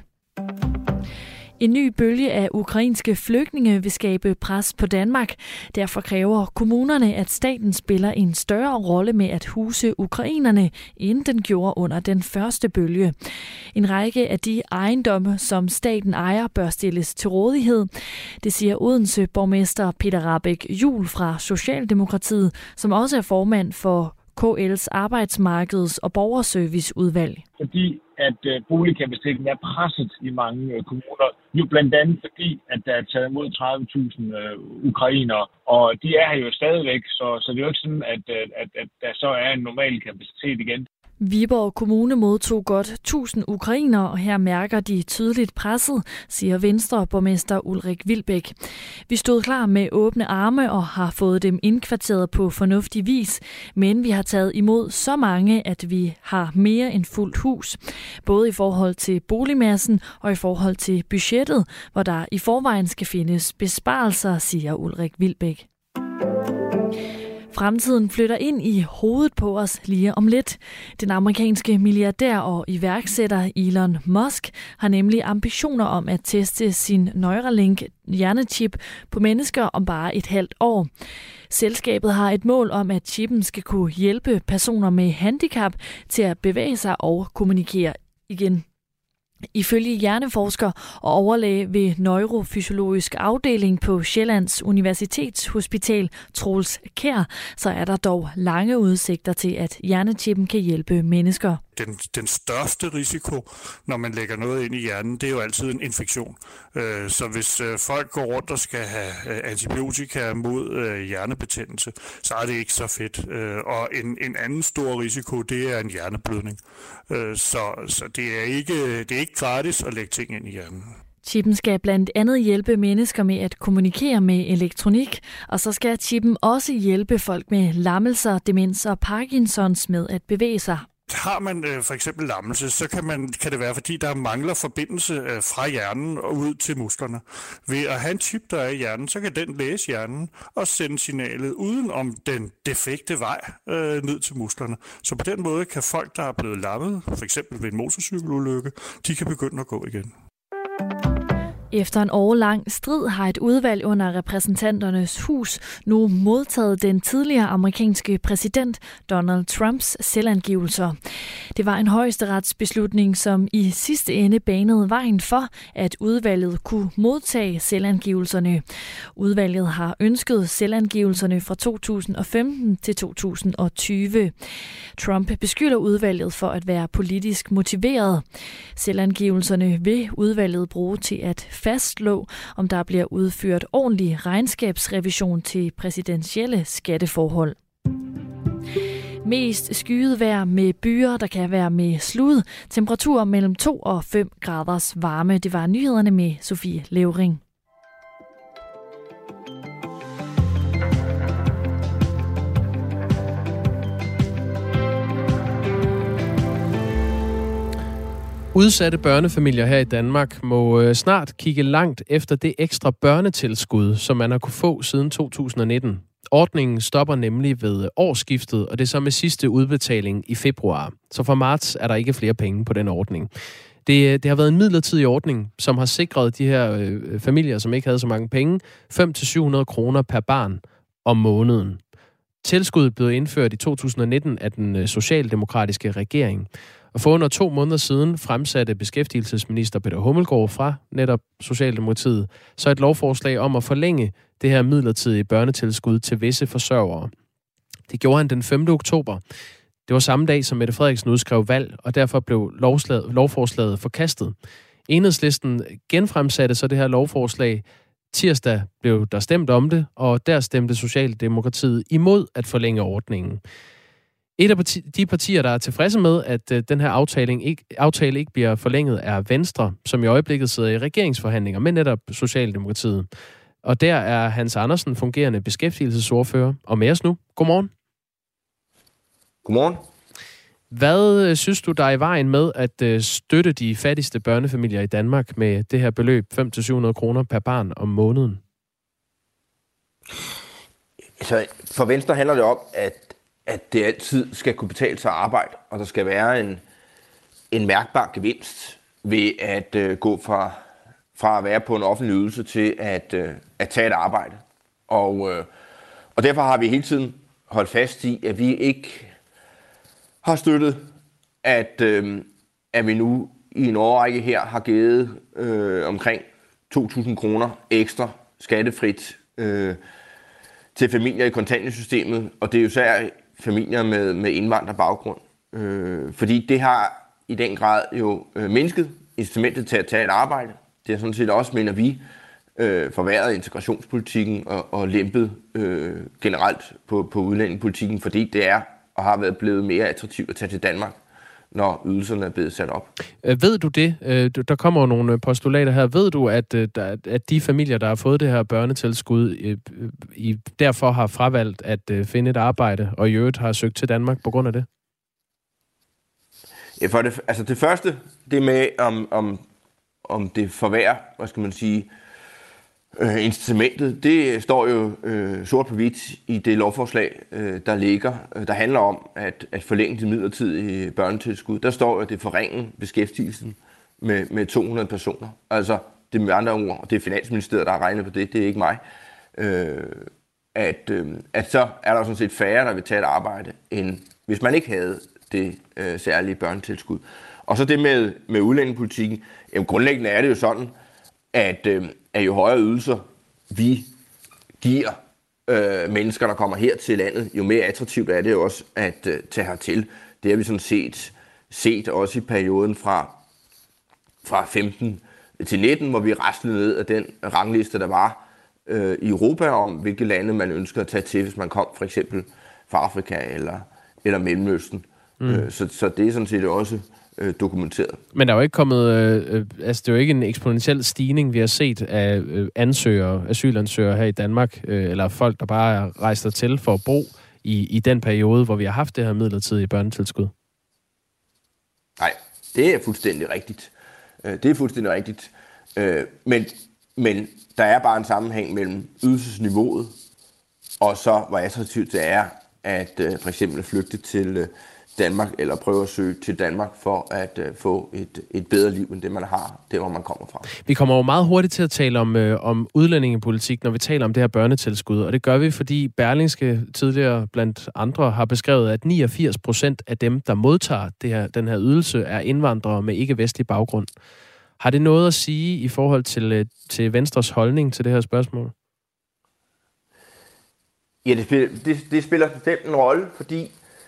En ny bølge af ukrainske flygtninge vil skabe pres på Danmark. Derfor kræver kommunerne, at staten spiller en større rolle med at huse ukrainerne, end den gjorde under den første bølge. En række af de ejendomme, som staten ejer, bør stilles til rådighed. Det siger Odense borgmester Peter Rahbæk Juhl fra Socialdemokratiet, som også er formand for KL's arbejdsmarkeds- og borgerserviceudvalg.
Fordi at boligkapaciteten er presset i mange kommuner. Jo blandt andet fordi, at der er taget imod 30.000 ukrainere, og de er her jo stadigvæk, så det er jo ikke sådan, at der så er en normal kapacitet igen.
Viborg Kommune modtog godt 1000 ukrainere, og her mærker de tydeligt presset, siger Venstre-borgmester Ulrik Wilbæk. Vi stod klar med åbne arme og har fået dem indkvarteret på fornuftig vis, men vi har taget imod så mange, at vi har mere end fuldt hus. Både i forhold til boligmassen og i forhold til budgettet, hvor der i forvejen skal findes besparelser, siger Ulrik Wilbæk. Fremtiden flytter ind i hovedet på os lige om lidt. Den amerikanske milliardær og iværksætter Elon Musk har nemlig ambitioner om at teste sin Neuralink hjernechip på mennesker om bare et halvt år. Selskabet har et mål om, at chippen skal kunne hjælpe personer med handicap til at bevæge sig og kommunikere igen. Ifølge hjerneforsker og overlæge ved neurofysiologisk afdeling på Sjællands Universitetshospital, Troels Kjær, så er der dog lange udsigter til, at hjernechippen kan hjælpe mennesker.
Den største risiko, når man lægger noget ind i hjernen, det er jo altid en infektion. Så hvis folk går rundt og skal have antibiotika mod hjernebetændelse, så er det ikke så fedt. Og en anden stor risiko, det er en hjerneblødning. Så det er ikke gratis at lægge ting ind i hjernen.
Chippen skal blandt andet hjælpe mennesker med at kommunikere med elektronik, og så skal chippen også hjælpe folk med lammelser, demens og Parkinsons med at bevæge sig.
Har man for eksempel lammelse, så kan det være, fordi der mangler forbindelse fra hjernen og ud til musklerne. Ved at have en chip, der er i hjernen, så kan den læse hjernen og sende signalet uden om den defekte vej ned til musklerne. Så på den måde kan folk, der er blevet lammet, for eksempel ved en motorcykelulykke, de kan begynde at gå igen.
Efter en årelang strid har et udvalg under repræsentanternes hus nu modtaget den tidligere amerikanske præsident Donald Trumps selvangivelser. Det var en højesteretsbeslutning, som i sidste ende banede vejen for, at udvalget kunne modtage selvangivelserne. Udvalget har ønsket selvangivelserne fra 2015 til 2020. Trump beskylder udvalget for at være politisk motiveret. Selvangivelserne vil udvalget bruge til at fastslå, om der bliver udført ordentlig regnskabsrevision til præsidentielle skatteforhold. Mest skyet vejr med byer, der kan være med slud. Temperaturer mellem 2 og 5 graders varme. Det var nyhederne med Sofie Levering.
Udsatte børnefamilier her i Danmark må snart kigge langt efter det ekstra børnetilskud, som man har kunne få siden 2019. Ordningen stopper nemlig ved årsskiftet, og det er så med sidste udbetaling i februar. Så fra marts er der ikke flere penge på den ordning. Det har været en midlertidig ordning, som har sikret de her familier, som ikke havde så mange penge, 500-700 kroner per barn om måneden. Tilskuddet blev indført i 2019 af den socialdemokratiske regering. Og for under 2 måneder siden fremsatte beskæftigelsesminister Peter Hummelgaard fra netop Socialdemokratiet så et lovforslag om at forlænge det her midlertidige børnetilskud til visse forsørgere. Det gjorde han den 5. oktober. Det var samme dag, som Mette Frederiksen udskrev valg, og derfor blev lovforslaget forkastet. Enhedslisten genfremsatte så det her lovforslag Tirsdag blev der stemt om det, og der stemte Socialdemokratiet imod at forlænge ordningen. Et af de partier, der er tilfredse med, at den her aftale ikke bliver forlænget, er Venstre, som i øjeblikket sidder i regeringsforhandlinger med netop Socialdemokratiet. Og der er Hans Andersen, fungerende beskæftigelsesordfører, og med os nu. Godmorgen.
Godmorgen.
Hvad synes du, der er i vejen med at støtte de fattigste børnefamilier i Danmark med det her beløb, 500-700 kroner per barn om måneden?
Så for Venstre handler det om, at det altid skal kunne betale sig at arbejde, og der skal være en mærkbar gevinst ved at gå fra at være på en offentlig ydelse til at tage et arbejde. Og derfor har vi hele tiden holdt fast i, at vi ikke har støttet, at vi nu i en årrække her har givet omkring 2.000 kroner ekstra skattefrit til familier i kontanthjælpssystemet, og det er jo især familier med indvandrerbaggrund. Fordi det har i den grad jo mindsket incitamentet til at tage et arbejde. Det har sådan set også, mener vi, forværret integrationspolitikken og lempet generelt på udlændingepolitikken, fordi det er og har været blevet mere attraktivt at tage til Danmark, når ydelserne er blevet sat op.
Ved du det? Der kommer jo nogle postulater her. Ved du, at de familier, der har fået det her børnetilskud, derfor har fravalgt at finde et arbejde, og i øvrigt har søgt til Danmark på grund af det?
Ja, det første, det med, om det forværrer, hvad skal man sige, incitamentet, det står jo sort på hvidt i det lovforslag, der ligger, der handler om at forlænge det midlertidige børnetilskud. Der står jo, at det forringer beskæftigelsen med 200 personer. Altså, det med andre ord, og det er Finansministeriet, der har regnet på det, det er ikke mig, at så er der sådan set færre, der vil tage et arbejde, end hvis man ikke havde det særlige børnetilskud. Og så det med udlændingepolitikken, jamen grundlæggende er det jo sådan, at jo højere ydelser vi giver mennesker, der kommer her til landet, jo mere attraktivt er det jo også at tage hertil. Det har vi sådan set også i perioden fra 15 til 19, hvor vi raslede ned af den rangliste, der var i Europa om, hvilke lande man ønsker at tage til, hvis man kom for eksempel fra Afrika eller Mellemøsten. Så det er sådan set også dokumenteret.
Men der er jo ikke kommet, det er jo ikke en eksponentiel stigning, vi har set af asylansøgere her i Danmark, eller folk, der bare er rejst til for at bo i den periode, hvor vi har haft det her midlertidige børnetilskud.
Nej, det er fuldstændig rigtigt. Men der er bare en sammenhæng mellem ydelsesniveauet, og så hvor attraktivt det er at for eksempel flygte til Danmark, eller prøve at søge til Danmark for at få et bedre liv, end det man har, der hvor man kommer fra.
Vi kommer jo meget hurtigt til at tale om udlændingepolitik, når vi taler om det her børnetilskud, og det gør vi, fordi Berlingske tidligere blandt andre har beskrevet, at 89% af dem, der modtager den her ydelse, er indvandrere med ikke-vestlig baggrund. Har det noget at sige i forhold til Venstres holdning til det her spørgsmål?
Ja, det spiller bestemt en rolle, fordi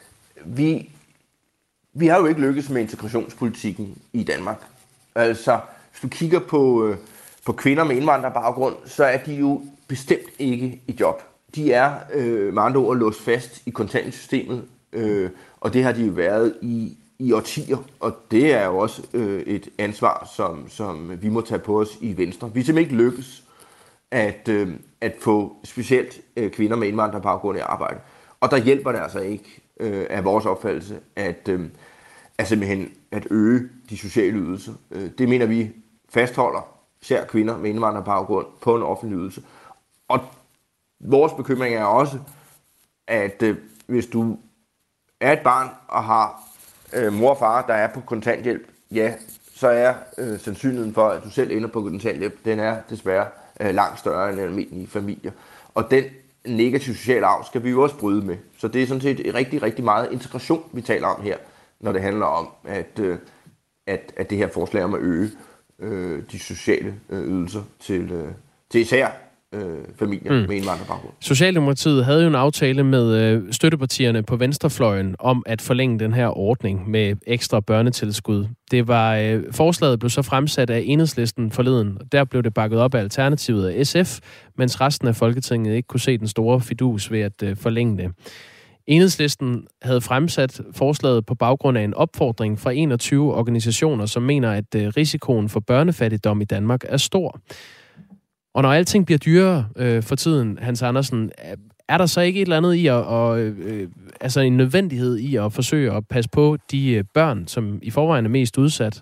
vi har jo ikke lykkes med integrationspolitikken i Danmark. Altså, hvis du kigger på kvinder med indvandrerbaggrund, så er de jo bestemt ikke i job. De er med andre ord låst fast i kontanthjælpssystemet, og det har de jo været i årtier, og det er jo også et ansvar, som vi må tage på os i Venstre. Vi er simpelthen ikke lykkes at få specielt kvinder med indvandrerbaggrund i arbejde. Og der hjælper det altså ikke af vores opfattelse simpelthen at øge de sociale ydelser. Det mener vi fastholder især kvinder med indvandrerbaggrund på en offentlig ydelse. Og vores bekymring er også, at hvis du er et barn og har mor og far, der er på kontanthjælp, ja, så er sandsynligheden for, at du selv ender på kontanthjælp, den er desværre langt større end almindelige familier. Og den negative sociale arv skal vi jo også bryde med. Så det er sådan set rigtig, rigtig meget integration, vi taler om her, når det handler om, at det her forslag om at øge de sociale ydelser til især familier med indvandrerbaggrund.
Socialdemokratiet havde jo en aftale med støttepartierne på venstrefløjen om at forlænge den her ordning med ekstra børnetilskud. Det var forslaget blev så fremsat af Enhedslisten forleden. Der blev det bakket op af Alternativet og SF, mens resten af Folketinget ikke kunne se den store fidus ved at forlænge det. Enhedslisten havde fremsat forslaget på baggrund af en opfordring fra 21 organisationer, som mener, at risikoen for børnefattigdom i Danmark er stor. Og når alting bliver dyrere for tiden, Hans Andersen, er der så ikke et eller andet i altså en nødvendighed i at forsøge at passe på de børn, som i forvejen er mest udsat?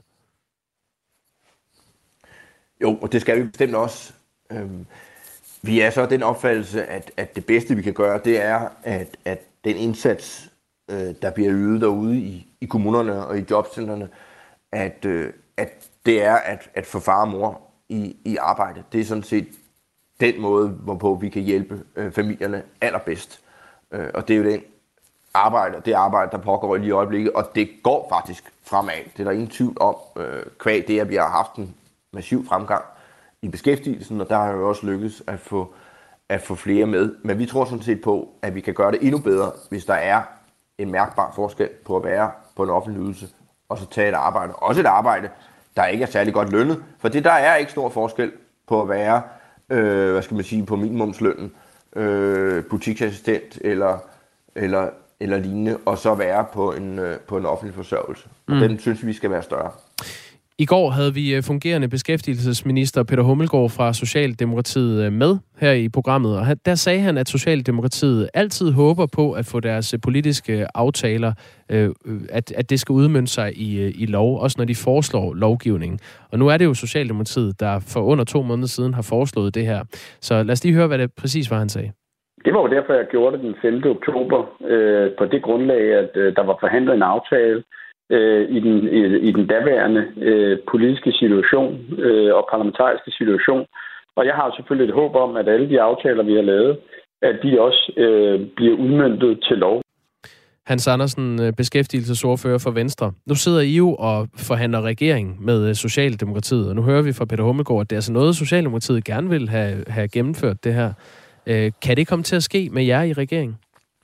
Jo, og det skal vi bestemt også. Vi er så den opfattelse, at det bedste, vi kan gøre, det er, at den indsats, der bliver ydet derude i kommunerne og i jobcentrene, at det er at få far og mor i arbejde. Det er sådan set den måde, hvorpå vi kan hjælpe familierne allerbedst. Og det er jo det arbejde, der pågår lige i øjeblikket, og det går faktisk fremad. Det er der ingen tvivl om, kvad det, at vi har haft en massiv fremgang i beskæftigelsen, og der har jo også lykkedes at få flere med. Men vi tror sådan set på, at vi kan gøre det endnu bedre, hvis der er en mærkbar forskel på at være på en offentlig ydelse, og så tage et arbejde. Også et arbejde, der ikke er særlig godt lønnet, for der er ikke stor forskel på at være, på minimumslønnen, butiksassistent eller lignende, og så være på en offentlig forsørgelse. Og den synes vi skal være større.
I går havde vi fungerende beskæftigelsesminister Peter Hummelgaard fra Socialdemokratiet med her i programmet, og der sagde han, at Socialdemokratiet altid håber på at få deres politiske aftaler, at det skal udmønte sig i lov, også når de foreslår lovgivning. Og nu er det jo Socialdemokratiet, der for under 2 måneder siden har foreslået det her. Så lad os lige høre, hvad det præcis var, han sagde.
Det var jo derfor, jeg gjorde det den 5. oktober, på det grundlag, at der var forhandlet en aftale i den daværende politiske situation og parlamentariske situation. Og jeg har selvfølgelig et håb om, at alle de aftaler, vi har lavet, at de også bliver udmøntet til lov.
Hans Andersen, beskæftigelsesordfører for Venstre. Nu sidder I jo og forhandler regering med Socialdemokratiet, og nu hører vi fra Peter Hummelgaard, at det er altså noget, Socialdemokratiet gerne vil have gennemført det her. Kan det komme til at ske med jer i regeringen?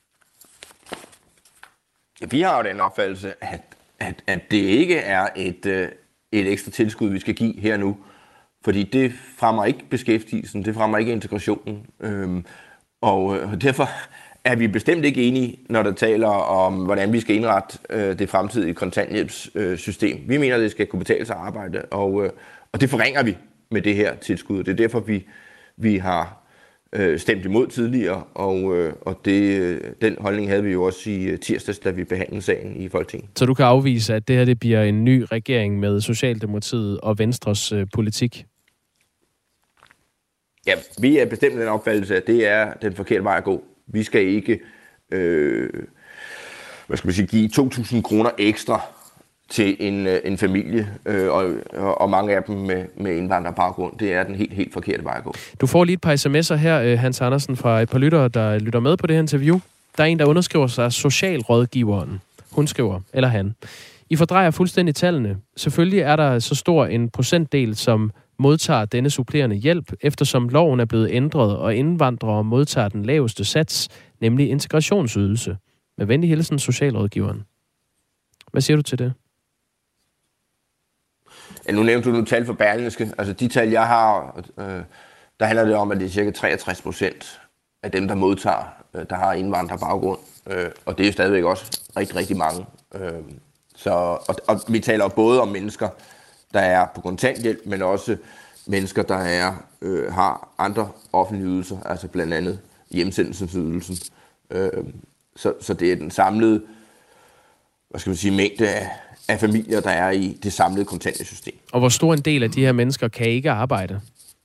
Vi har jo den opfattelse, at det ikke er et ekstra tilskud, vi skal give her nu. Fordi det fremmer ikke beskæftigelsen, det fremmer ikke integrationen. Og derfor er vi bestemt ikke enige, når der taler om, hvordan vi skal indrette det fremtidige kontanthjælpssystem. Vi mener, at det skal kunne betale sig at arbejde, og det forringer vi med det her tilskud. Det er derfor, vi har stemt imod tidligere, og den holdning havde vi jo også i tirsdags, da vi behandlede sagen i Folketinget.
Så du kan afvise, at det her det bliver en ny regering med Socialdemokratiet og Venstres politik?
Ja, vi er bestemt den opfattelse, at det er den forkerte vej at gå. Vi skal ikke give 2.000 kroner ekstra til en familie, og mange af dem med indvandrerbaggrund. Det er den helt forkerte vej at gå.
Du får lige et par sms'er her, Hans Andersen, fra et par lyttere, der lytter med på det her interview. Der er en, der underskriver sig socialrådgiveren. Hun skriver, eller han. I fordrejer fuldstændig tallene. Selvfølgelig er der så stor en procentdel, som modtager denne supplerende hjælp, eftersom loven er blevet ændret, og indvandrere modtager den laveste sats, nemlig integrationsydelse. Med venlig hilsen, socialrådgiveren. Hvad siger du til det?
Ja, nu nævnte du nogle tal for Berlingske. Altså de tal, jeg har, der handler det om, at det er cirka 63% af dem, der modtager, der har indvandrerbaggrund. Og det er jo stadigvæk også rigtig, rigtig mange. Og vi taler både om mennesker, der er på kontanthjælp, men også mennesker, der har andre offentlige ydelser, altså blandt andet hjemsendelsesydelsen. Så det er den samlede, mængde af familier, der er i det samlede kontanthjælpssystem.
Og hvor stor en del af de her mennesker kan ikke arbejde?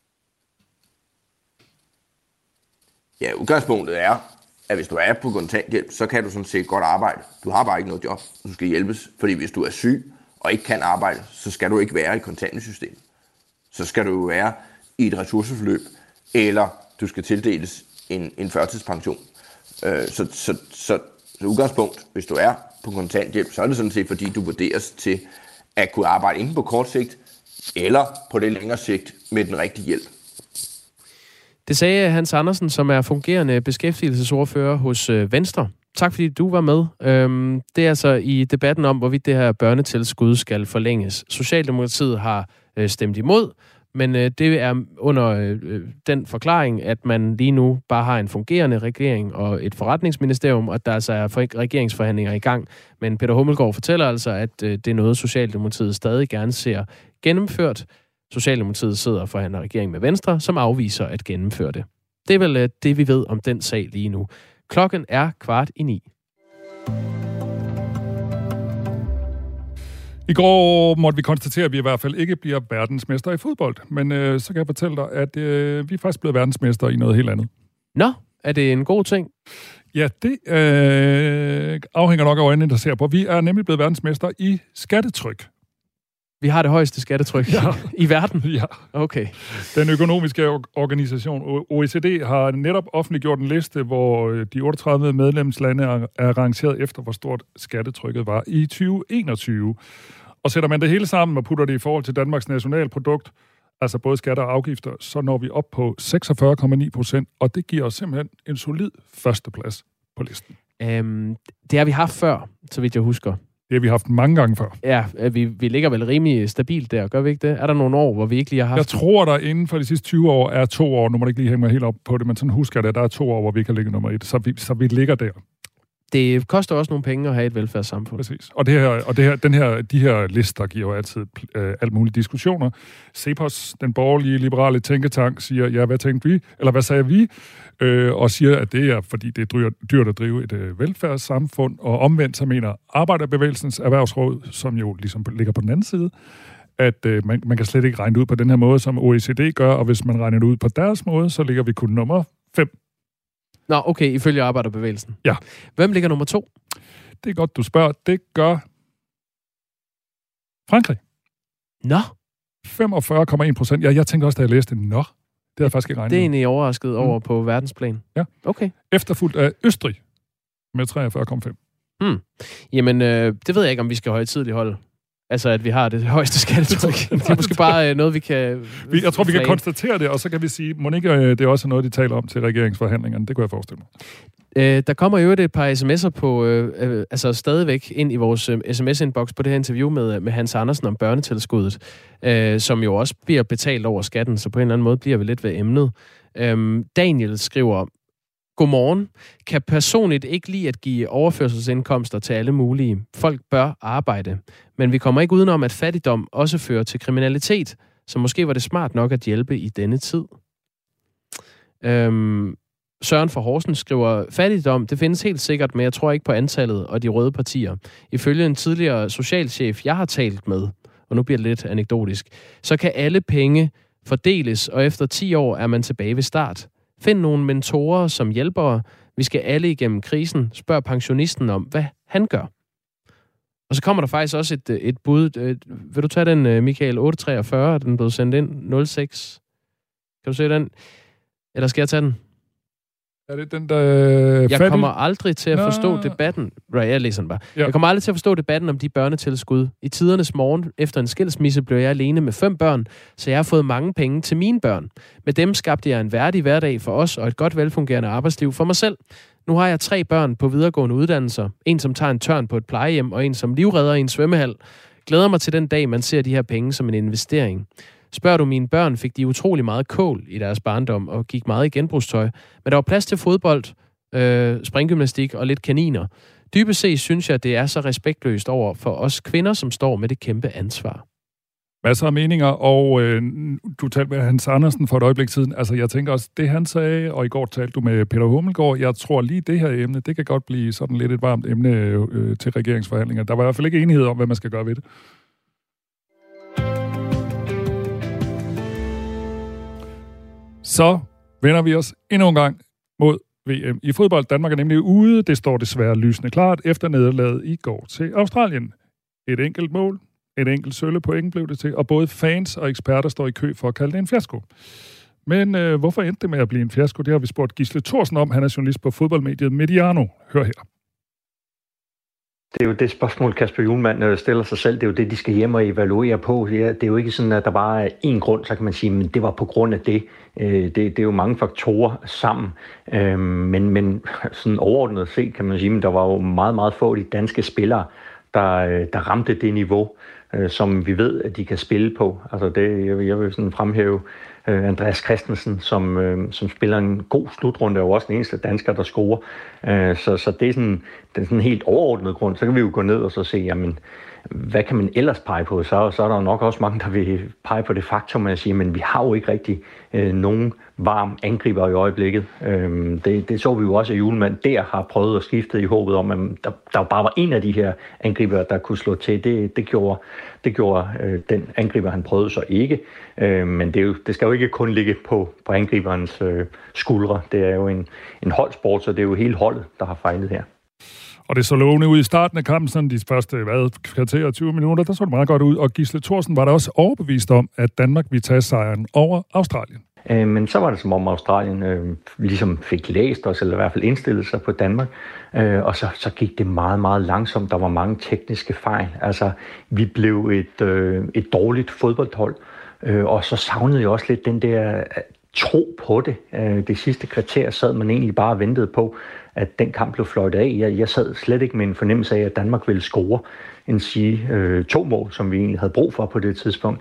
Ja, udgangspunktet er, at hvis du er på kontanthjælp, så kan du sådan set godt arbejde. Du har bare ikke noget job, du skal hjælpes. Fordi hvis du er syg og ikke kan arbejde, så skal du ikke være i kontanthjælpssystemet. Så skal du jo være i et ressourceforløb, eller du skal tildeles en førtidspension. Så udgangspunkt, hvis du er på kontanthjælp, så er det sådan set, fordi du vurderes til at kunne arbejde enten på kort sigt, eller på det længere sigt med den rigtige hjælp.
Det sagde Hans Andersen, som er fungerende beskæftigelsesordfører hos Venstre. Tak fordi du var med. Det er altså i debatten om, hvorvidt det her børnetilskud skal forlænges. Socialdemokratiet har stemt imod, men det er under den forklaring, at man lige nu bare har en fungerende regering og et forretningsministerium, og der altså er regeringsforhandlinger i gang. Men Peter Hummelgaard fortæller altså, at det er noget, Socialdemokratiet stadig gerne ser gennemført. Socialdemokratiet sidder og forhandler regering med Venstre, som afviser at gennemføre det. Det er vel det, vi ved om den sag lige nu. Klokken er 8:45.
I går måtte vi konstatere, at vi i hvert fald ikke bliver verdensmester i fodbold. Men så kan jeg fortælle dig, at vi er faktisk blevet verdensmester i noget helt andet.
Nå, er det en god ting?
Ja, det afhænger nok af øjnene, der ser på. Vi er nemlig blevet verdensmester i skattetryk.
Vi har det højeste skattetryk i verden?
Ja.
Okay.
Den økonomiske organisation OECD har netop offentliggjort en liste, hvor de 38 medlemslande er rangeret efter, hvor stort skattetrykket var i 2021. Og sætter man det hele sammen og putter det i forhold til Danmarks nationalprodukt, altså både skatter og afgifter, så når vi op på 46,9%, og det giver os simpelthen en solid førsteplads på listen.
Det har vi haft før, så vidt jeg husker.
Det har vi haft mange gange før.
Ja, vi ligger vel rimelig stabilt der, gør vi ikke det? Er der nogle år, hvor vi ikke lige har haft
Jeg tror, der inden for de sidste 20 år er 2 år, nu må jeg ikke lige hænge mig helt op på det, men sådan husker jeg, at der er 2 år, hvor vi ikke har ligget nummer 1, så vi ligger der.
Det koster også nogle penge at have et velfærdssamfund.
Præcis. Og de her lister giver jo altid alt mulige diskussioner. CEPOS, den borgerlige liberale tænketank, siger, ja, hvad tænkte vi? Eller hvad sagde vi? Og siger, at det er, fordi det er dyrt at drive et velfærdssamfund. Og omvendt, så mener Arbejderbevægelsens Erhvervsråd, som jo ligesom ligger på den anden side, at man kan slet ikke regne det ud på den her måde, som OECD gør, og hvis man regner det ud på deres måde, så ligger vi kun nummer 5.
Nå, okay, ifølge Arbejderbevægelsen.
Ja.
Hvem ligger nummer 2?
Det er godt, du spørger. Det gør Frankrig.
Nå.
45,1%. Ja, jeg tænkte også, da jeg læste det. Nå, det har jeg faktisk ikke regnet.
Det er egentlig overrasket over på verdensplan.
Ja.
Okay.
Efterfulgt af Østrig med 43,5.
Jamen, det ved jeg ikke, om vi skal højtideligt holde. Altså, at vi har det højeste skattetryk. Det er måske bare noget, vi kan...
Jeg tror, vi kan konstatere det, og så kan vi sige, må ikke det er også noget, de taler om til regeringsforhandlingerne. Det kunne jeg forestille mig.
Der kommer jo et par sms'er på, altså stadigvæk ind i vores sms-inbox på det her interview med Hans Andersen om børnetilskuddet, som jo også bliver betalt over skatten, så på en eller anden måde bliver vi lidt ved emnet. Daniel skriver, godmorgen. Kan personligt ikke lide at give overførselsindkomster til alle mulige. Folk bør arbejde. Men vi kommer ikke udenom, at fattigdom også fører til kriminalitet, så måske var det smart nok at hjælpe i denne tid. Søren fra Horsens skriver, fattigdom, det findes helt sikkert, men jeg tror ikke på antallet og de røde partier. Ifølge en tidligere socialchef, jeg har talt med, og nu bliver det lidt anekdotisk, så kan alle penge fordeles, og efter 10 år er man tilbage ved start. Find nogle mentorer som hjælpere. Vi skal alle igennem krisen. Spørg pensionisten om, hvad han gør. Og så kommer der faktisk også et bud. Vil du tage den, Michael? 843, den blev sendt ind. 06. Kan du se den? Eller skal jeg tage den?
Er det den, der
Jeg kommer aldrig til at forstå debatten. Right, jeg læser den bare. Ja. Jeg kommer aldrig til at forstå debatten om de børnetilskud. I tidernes morgen efter en skilsmisse blev jeg alene med 5 børn, så jeg har fået mange penge til mine børn. Med dem skabte jeg en værdig hverdag for os og et godt velfungerende arbejdsliv for mig selv. Nu har jeg 3 børn på videregående uddannelser. En, som tager en tørn på et plejehjem, og en, som livredder i en svømmehal. Glæder mig til den dag, man ser de her penge som en investering. Spørger du mine børn, fik de utrolig meget kål i deres barndom og gik meget i genbrugstøj. Men der var plads til fodbold, springgymnastik og lidt kaniner. Dybest set synes jeg, det er så respektløst over for os kvinder, som står med det kæmpe ansvar.
Masser af meninger, og du talte med Hans Andersen for et øjeblik siden. Altså, jeg tænker også, det han sagde, og i går talte du med Peter Hummelgaard. Jeg tror lige, det her emne, det kan godt blive sådan lidt et varmt emne til regeringsforhandlinger. Der var i hvert fald ikke enighed om, hvad man skal gøre ved det. Så vender vi os endnu en gang mod VM i fodbold. Danmark er nemlig ude. Det står desværre lysende klart efter nederlaget i går til Australien. Et enkelt mål, et enkelt sølvpoint blev det til, og både fans og eksperter står i kø for at kalde det en fiasko. Men hvorfor endte det med at blive en fiasko? Det har vi spurgt Gisle Thorsen om. Han er journalist på fodboldmediet Mediano. Hør her.
Det er jo det spørgsmål, Kasper Hjulmand stiller sig selv. Det er jo det, de skal hjem og evaluere på. Det er jo ikke sådan, at der bare er én grund, så kan man sige, men det var på grund af det. Det er jo mange faktorer sammen. Men sådan overordnet set, kan man sige, men der var jo meget, meget få af de danske spillere, der ramte det niveau, som vi ved, at de kan spille på. Altså jeg vil sådan fremhæve Andreas Christensen, som spiller en god slutrunde, og også den eneste dansker, der scorer. Så det er sådan en helt overordnet grund. Så kan vi jo gå ned og så se, jamen, hvad kan man ellers pege på? Så er der jo nok også mange, der vil pege på det faktum, at sige, men vi har jo ikke rigtig nogen varm angriber i øjeblikket. Det så vi jo også, at Hjulmand der har prøvet at skifte i håbet om, at der bare var en af de her angriber, der kunne slå til. Det gjorde den angriber, han prøvede så ikke. Men det skal jo ikke kun ligge på angriberens skuldre. Det er jo en holdsport, så det er jo hele holdet, der har fejlet her.
Og det så lovende ud i starten af kampen, sådan de første kvarter og 20 minutter, der så det meget godt ud. Og Gisle Thorsen var der også overbevist om, at Danmark ville tage sejren over Australien.
Men så var det som om Australien ligesom fik læst os, eller i hvert fald indstillet sig på Danmark. Og så gik det meget, meget langsomt. Der var mange tekniske fejl. Altså, vi blev et dårligt fodboldhold. Og så savnede jeg også lidt den der tro på det. Det sidste kvarter sad man egentlig bare og ventede på, at den kamp blev fløjtet af. Jeg sad slet ikke med en fornemmelse af, at Danmark ville score end sige 2 mål, som vi egentlig havde brug for på det tidspunkt.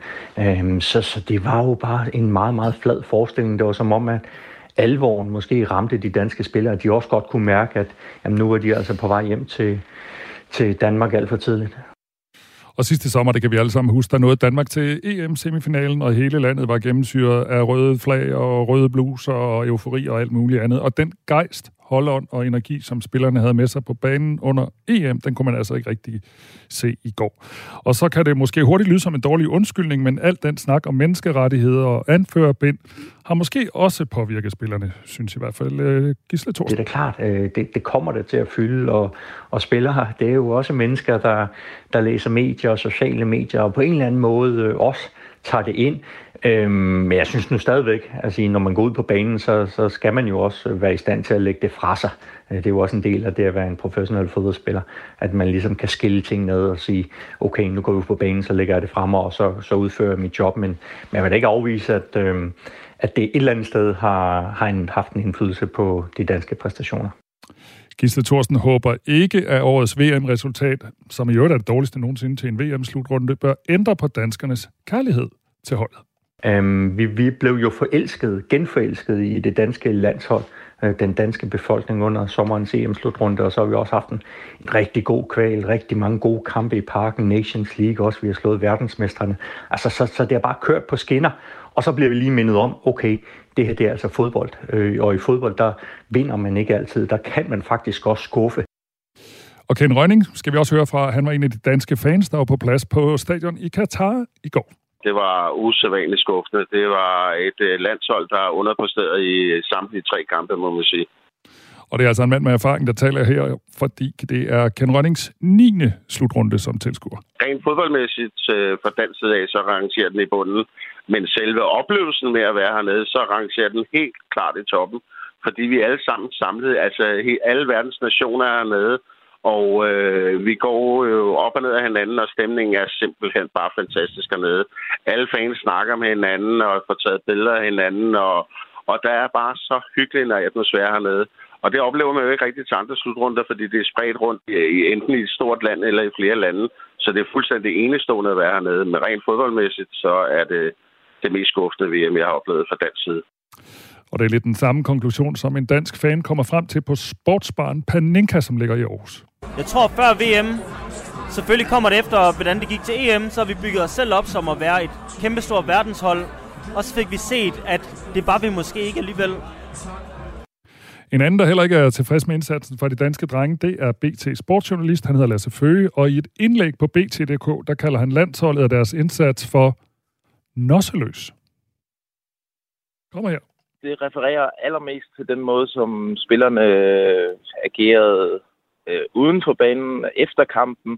Så det var jo bare en meget, meget flad forestilling. Det var som om, at alvoren måske ramte de danske spillere, at de også godt kunne mærke, at jamen, nu var de altså på vej hjem til Danmark alt for tidligt.
Og sidste sommer, det kan vi alle sammen huske, der nåede Danmark til EM-semifinalen, og hele landet var gennemsyret af røde flag og røde bluser og eufori og alt muligt andet. Og den gejst, holdånd og energi, som spillerne havde med sig på banen under EM, den kunne man altså ikke rigtig se i går. Og så kan det måske hurtigt lyde som en dårlig undskyldning, men alt den snak om menneskerettigheder og anførerbind har måske også påvirket spillerne, synes i hvert fald Gisle Thorsen.
Det er da klart, det kommer det til at fylde, og spillere, det er jo også mennesker, der læser medier og sociale medier, og på en eller anden måde også tager det ind. Men jeg synes nu stadigvæk, altså når man går ud på banen, så skal man jo også være i stand til at lægge det fra sig. Det er jo også en del af det at være en professionel fodboldspiller, at man ligesom kan skille ting ned og sige, okay, nu går vi på banen, så lægger jeg det frem, og så udfører jeg mit job. Men jeg vil ikke afvise, at det et eller andet sted har haft en indflydelse på de danske præstationer.
Gisle Thorsen håber ikke, at årets VM-resultat, som i øvrigt er det dårligste nogensinde til en VM-slutrunde, bør ændre på danskernes kærlighed til holdet.
Vi blev jo genforelsket i det danske landshold, den danske befolkning under sommerens EM-slutrunde, og så har vi også haft en rigtig god kval, rigtig mange gode kampe i Parken, Nations League også, vi har slået verdensmestrene. Altså, så det er bare kørt på skinner, og så bliver vi lige mindet om, okay, det her det er altså fodbold, og i fodbold, der vinder man ikke altid, der kan man faktisk også skuffe.
Og Ken Rønning skal vi også høre fra, han var en af de danske fans, der var på plads på stadion i Katar i går.
Det var usædvanligt skuffende. Det var et landshold, der underpræsterede i samtlige 3 kampe, må man sige.
Og det er altså en mand med erfaring, der taler her, fordi det er Ken Rønnings 9. slutrunde som tilskuer.
Rent fodboldmæssigt fra dansk side af, så rangerer den i bunden. Men selve oplevelsen med at være hernede, så rangerer den helt klart i toppen. Fordi vi alle sammen samlet, altså alle verdens nationer er hernede. Og vi går jo op og ned af hinanden, og stemningen er simpelthen bare fantastisk hernede. Alle fans snakker med hinanden og får taget billeder af hinanden, og der er bare så hyggelig en atmosfære hernede. Og det oplever man jo ikke rigtig til andre slutrunder, fordi det er spredt rundt enten i et stort land eller i flere lande. Så det er fuldstændig enestående at være hernede. Men rent fodboldmæssigt, så er det mest skuffende VM, jeg har oplevet fra dansk side.
Og det er lidt den samme konklusion, som en dansk fan kommer frem til på sportsbaren Paninka, som ligger i Aarhus.
Jeg tror før VM, selvfølgelig kommer det efter, hvordan det gik til EM, så har vi bygget os selv op som at være et kæmpestort verdenshold. Og så fik vi set, at det var vi måske ikke alligevel.
En anden, der heller ikke er tilfreds med indsatsen for de danske drenge, det er BT sportsjournalist. Han hedder Lasse Føge, og i et indlæg på BT.dk, der kalder han landsholdet af deres indsats for nosseløs. Kommer her.
Det refererer allermest til den måde, som spillerne agerede uden for banen efter kampen.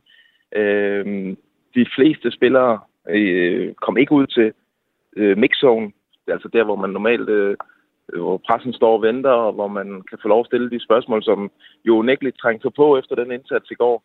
De fleste spillere kom ikke ud til mixzone, altså der, hvor man normalt, hvor pressen står og venter, og hvor man kan få lov at stille de spørgsmål, som jo unægteligt trængte sig på efter den indsats i går.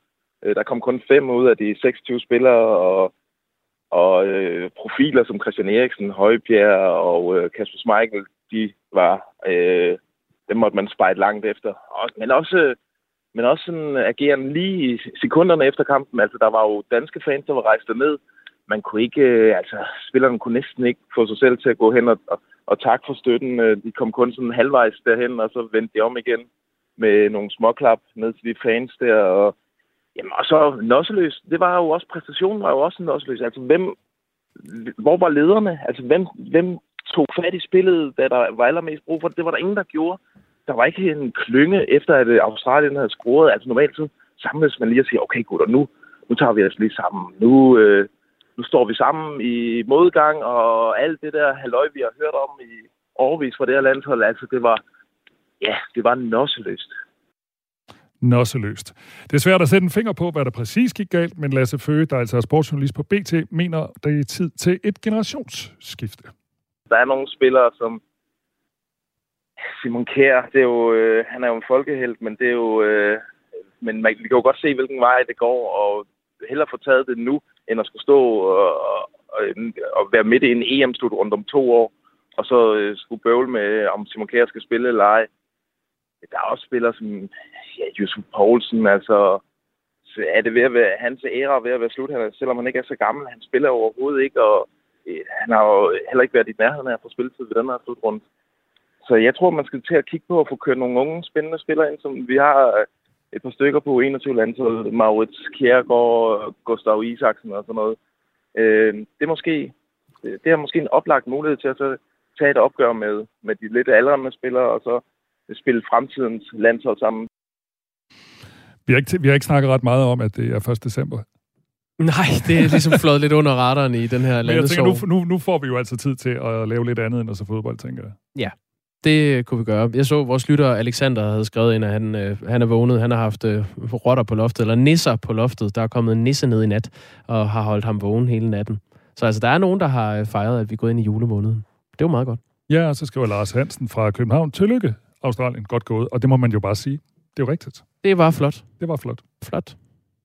Der kom kun 5 ud af de 26 spillere, og profiler som Christian Eriksen, Højbjerg og Kasper Schmeichel, de var, dem måtte man spejde langt efter. Men også sådan agerende lige i sekunderne efter kampen. Altså, der var jo danske fans, der var rejst derned. Man kunne ikke, spillerne kunne næsten ikke få sig selv til at gå hen og takke for støtten. De kom kun sådan halvvejs derhen, og så vendte de om igen med nogle småklap ned til de fans der. Og så Nosseløs, det var jo også, præstationen var jo også Nosseløs. Altså, hvor var lederne? Altså, hvem tog fat i spillet, da der var allermest brug for det? Det var der ingen, der gjorde. Der var ikke en klynge, efter at Australien havde scoret. Altså, normalt så samles man lige og siger, okay gutter, nu tager vi os lige sammen. Nu står vi sammen i modgang, og alt det der halløj, vi har hørt om i årevis fra det her landshold, altså det var nosseløst.
Nosseløst. Det er svært at sætte en finger på, hvad der præcis gik galt, men Lasse Føge, der altså er sportsjournalist på BT, mener, det er tid til et generationsskifte.
Der er nogle spillere, som Simon Kjær, det er jo, han er jo en folkehelt, men det er jo, men man kan jo godt se, hvilken vej det går, og hellere få taget det nu, end at skulle stå og være midt i en EM-slut rundt om 2 år, og så skulle bøvle med, om Simon Kjær skal spille eller ej. Der er også spillere som Josef Poulsen, altså er det ved at være, hans æra ved at være slut, selvom han ikke er så gammel, han spiller overhovedet ikke, og han har jo heller ikke været i nærheden af at få spilletid ved den her slutrunde. Så jeg tror, man skal til at kigge på at få kørt nogle unge, spændende spillere ind, som vi har et par stykker på 21 landshold, Maurits Kjærgaard, Gustav Isaksen og sådan noget. Det er måske en oplagt mulighed til at så tage et opgør med de lidt aldrende spillere, og så spille fremtidens landshold sammen.
Vi har ikke snakket ret meget om, at det er 1. december.
Nej, det er ligesom flået lidt under radaren i den her landesår.
Men jeg tænker, nu får vi jo altså tid til at lave lidt andet end at så fodbold, tænker jeg.
Ja, det kunne vi gøre. Jeg så, vores lytter Alexander havde skrevet ind, at han er vågnet. Han har haft rotter på loftet, eller nisser på loftet. Der er kommet en nisse ned i nat, og har holdt ham vågen hele natten. Så altså, der er nogen, der har fejret, at vi er gået ind i julemåneden. Det var meget godt.
Ja, og så skriver Lars Hansen fra København. Tillykke, Australien. Godt gået. Og det må man jo bare sige. Det er jo rigtigt.
Det var flot.
Det var flot.
Flot.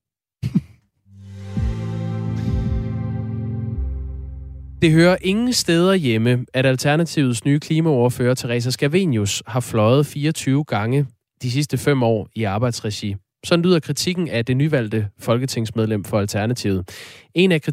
Det hører ingen steder hjemme, at Alternativets nye klimaordfører, Theresa Scavenius, har fløjet 24 gange de sidste 5 år i arbejdsregi. Sådan lyder kritikken af det nyvalgte folketingsmedlem for Alternativet. En af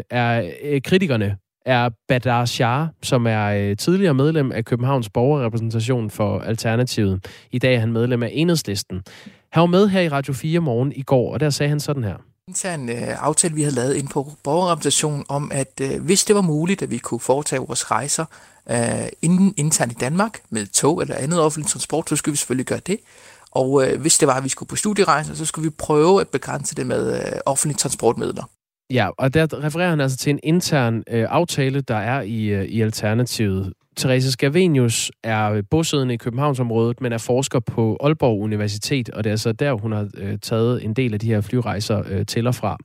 kritikerne er Badar Shah, som er tidligere medlem af Københavns borgerrepræsentation for Alternativet. I dag er han medlem af Enhedslisten. Han var med her i Radio 4 morgen i går, og der sagde han sådan her.
En aftale, vi havde lavet ind på borgerrepræsentationen om, at hvis det var muligt, at vi kunne foretage vores rejser internt i Danmark med tog eller andet offentlig transport, så skulle vi selvfølgelig gøre det. Og hvis det var, at vi skulle på studierejser, så skulle vi prøve at begrænse det med offentlige transportmidler.
Ja, og der refererer han altså til en intern aftale, der er i Alternativet. Theresa Scavenius er bosiddende i Københavnsområdet, men er forsker på Aalborg Universitet, og det er altså der, hun har taget en del af de her flyrejser til og fra.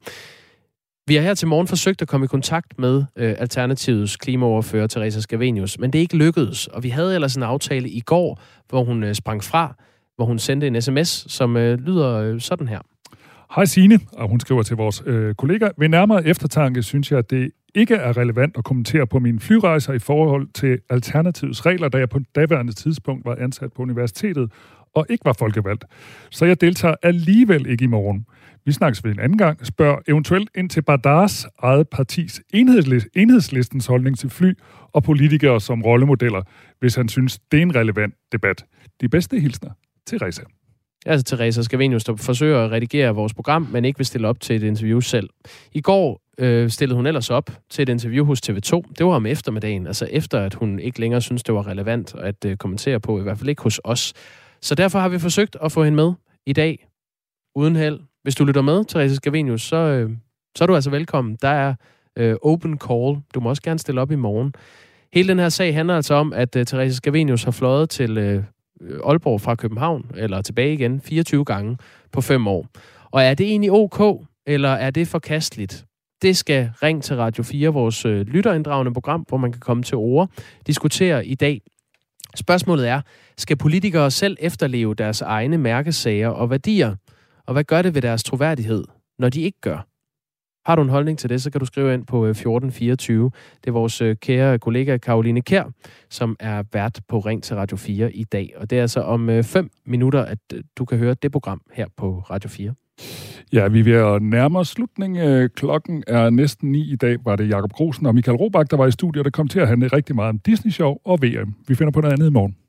Vi har her til morgen forsøgt at komme i kontakt med Alternativets klimaordfører Theresa Scavenius, men det er ikke lykkedes, og vi havde ellers en aftale i går, hvor hun sprang fra, hvor hun sendte en sms, som lyder sådan her.
Hej Signe, og hun skriver til vores kollega. Ved nærmere eftertanke synes jeg, at det ikke er relevant at kommentere på mine flyrejser i forhold til Alternativets regler, da jeg på daværende tidspunkt var ansat på universitetet og ikke var folkevalgt. Så jeg deltager alligevel ikke i morgen. Vi snakkes ved en anden gang. Spørg eventuelt ind til Badars eget partis enhedslistens holdning til fly og politikere som rollemodeller, hvis han synes, det er en relevant debat. De bedste hilsner, Theresa.
Altså Theresa Scavenius, der forsøger at redigere vores program, men ikke vil stille op til et interview selv. I går stillede hun ellers op til et interview hos TV2. Det var om eftermiddagen, altså efter at hun ikke længere synes det var relevant at kommentere på, i hvert fald ikke hos os. Så derfor har vi forsøgt at få hende med i dag, uden held. Hvis du lytter med, Theresa Scavenius, så er du altså velkommen. Der er open call. Du må også gerne stille op i morgen. Hele den her sag handler altså om, at Theresa Scavenius har fløjet til Aalborg fra København, eller tilbage igen, 24 gange på 5 år. Og er det egentlig ok, eller er det forkasteligt? Det skal Ring til Radio 4, vores lytterinddragende program, hvor man kan komme til ord, diskutere i dag. Spørgsmålet er, skal politikere selv efterleve deres egne mærkesager og værdier? Og hvad gør det ved deres troværdighed, når de ikke gør? Har du en holdning til det, så kan du skrive ind på 1424. Det er vores kære kollega Karoline Kjær, som er vært på Ring til Radio 4 i dag. Og det er altså om 5 minutter, at du kan høre det program her på Radio 4.
Ja, vi er ved at nærme os slutning. Klokken er næsten 9 i dag. Var det Jakob Grosen og Michael Robach, der var i studiet, der kom til at handle rigtig meget om Disney Sjov og VM. Vi finder på noget andet i morgen.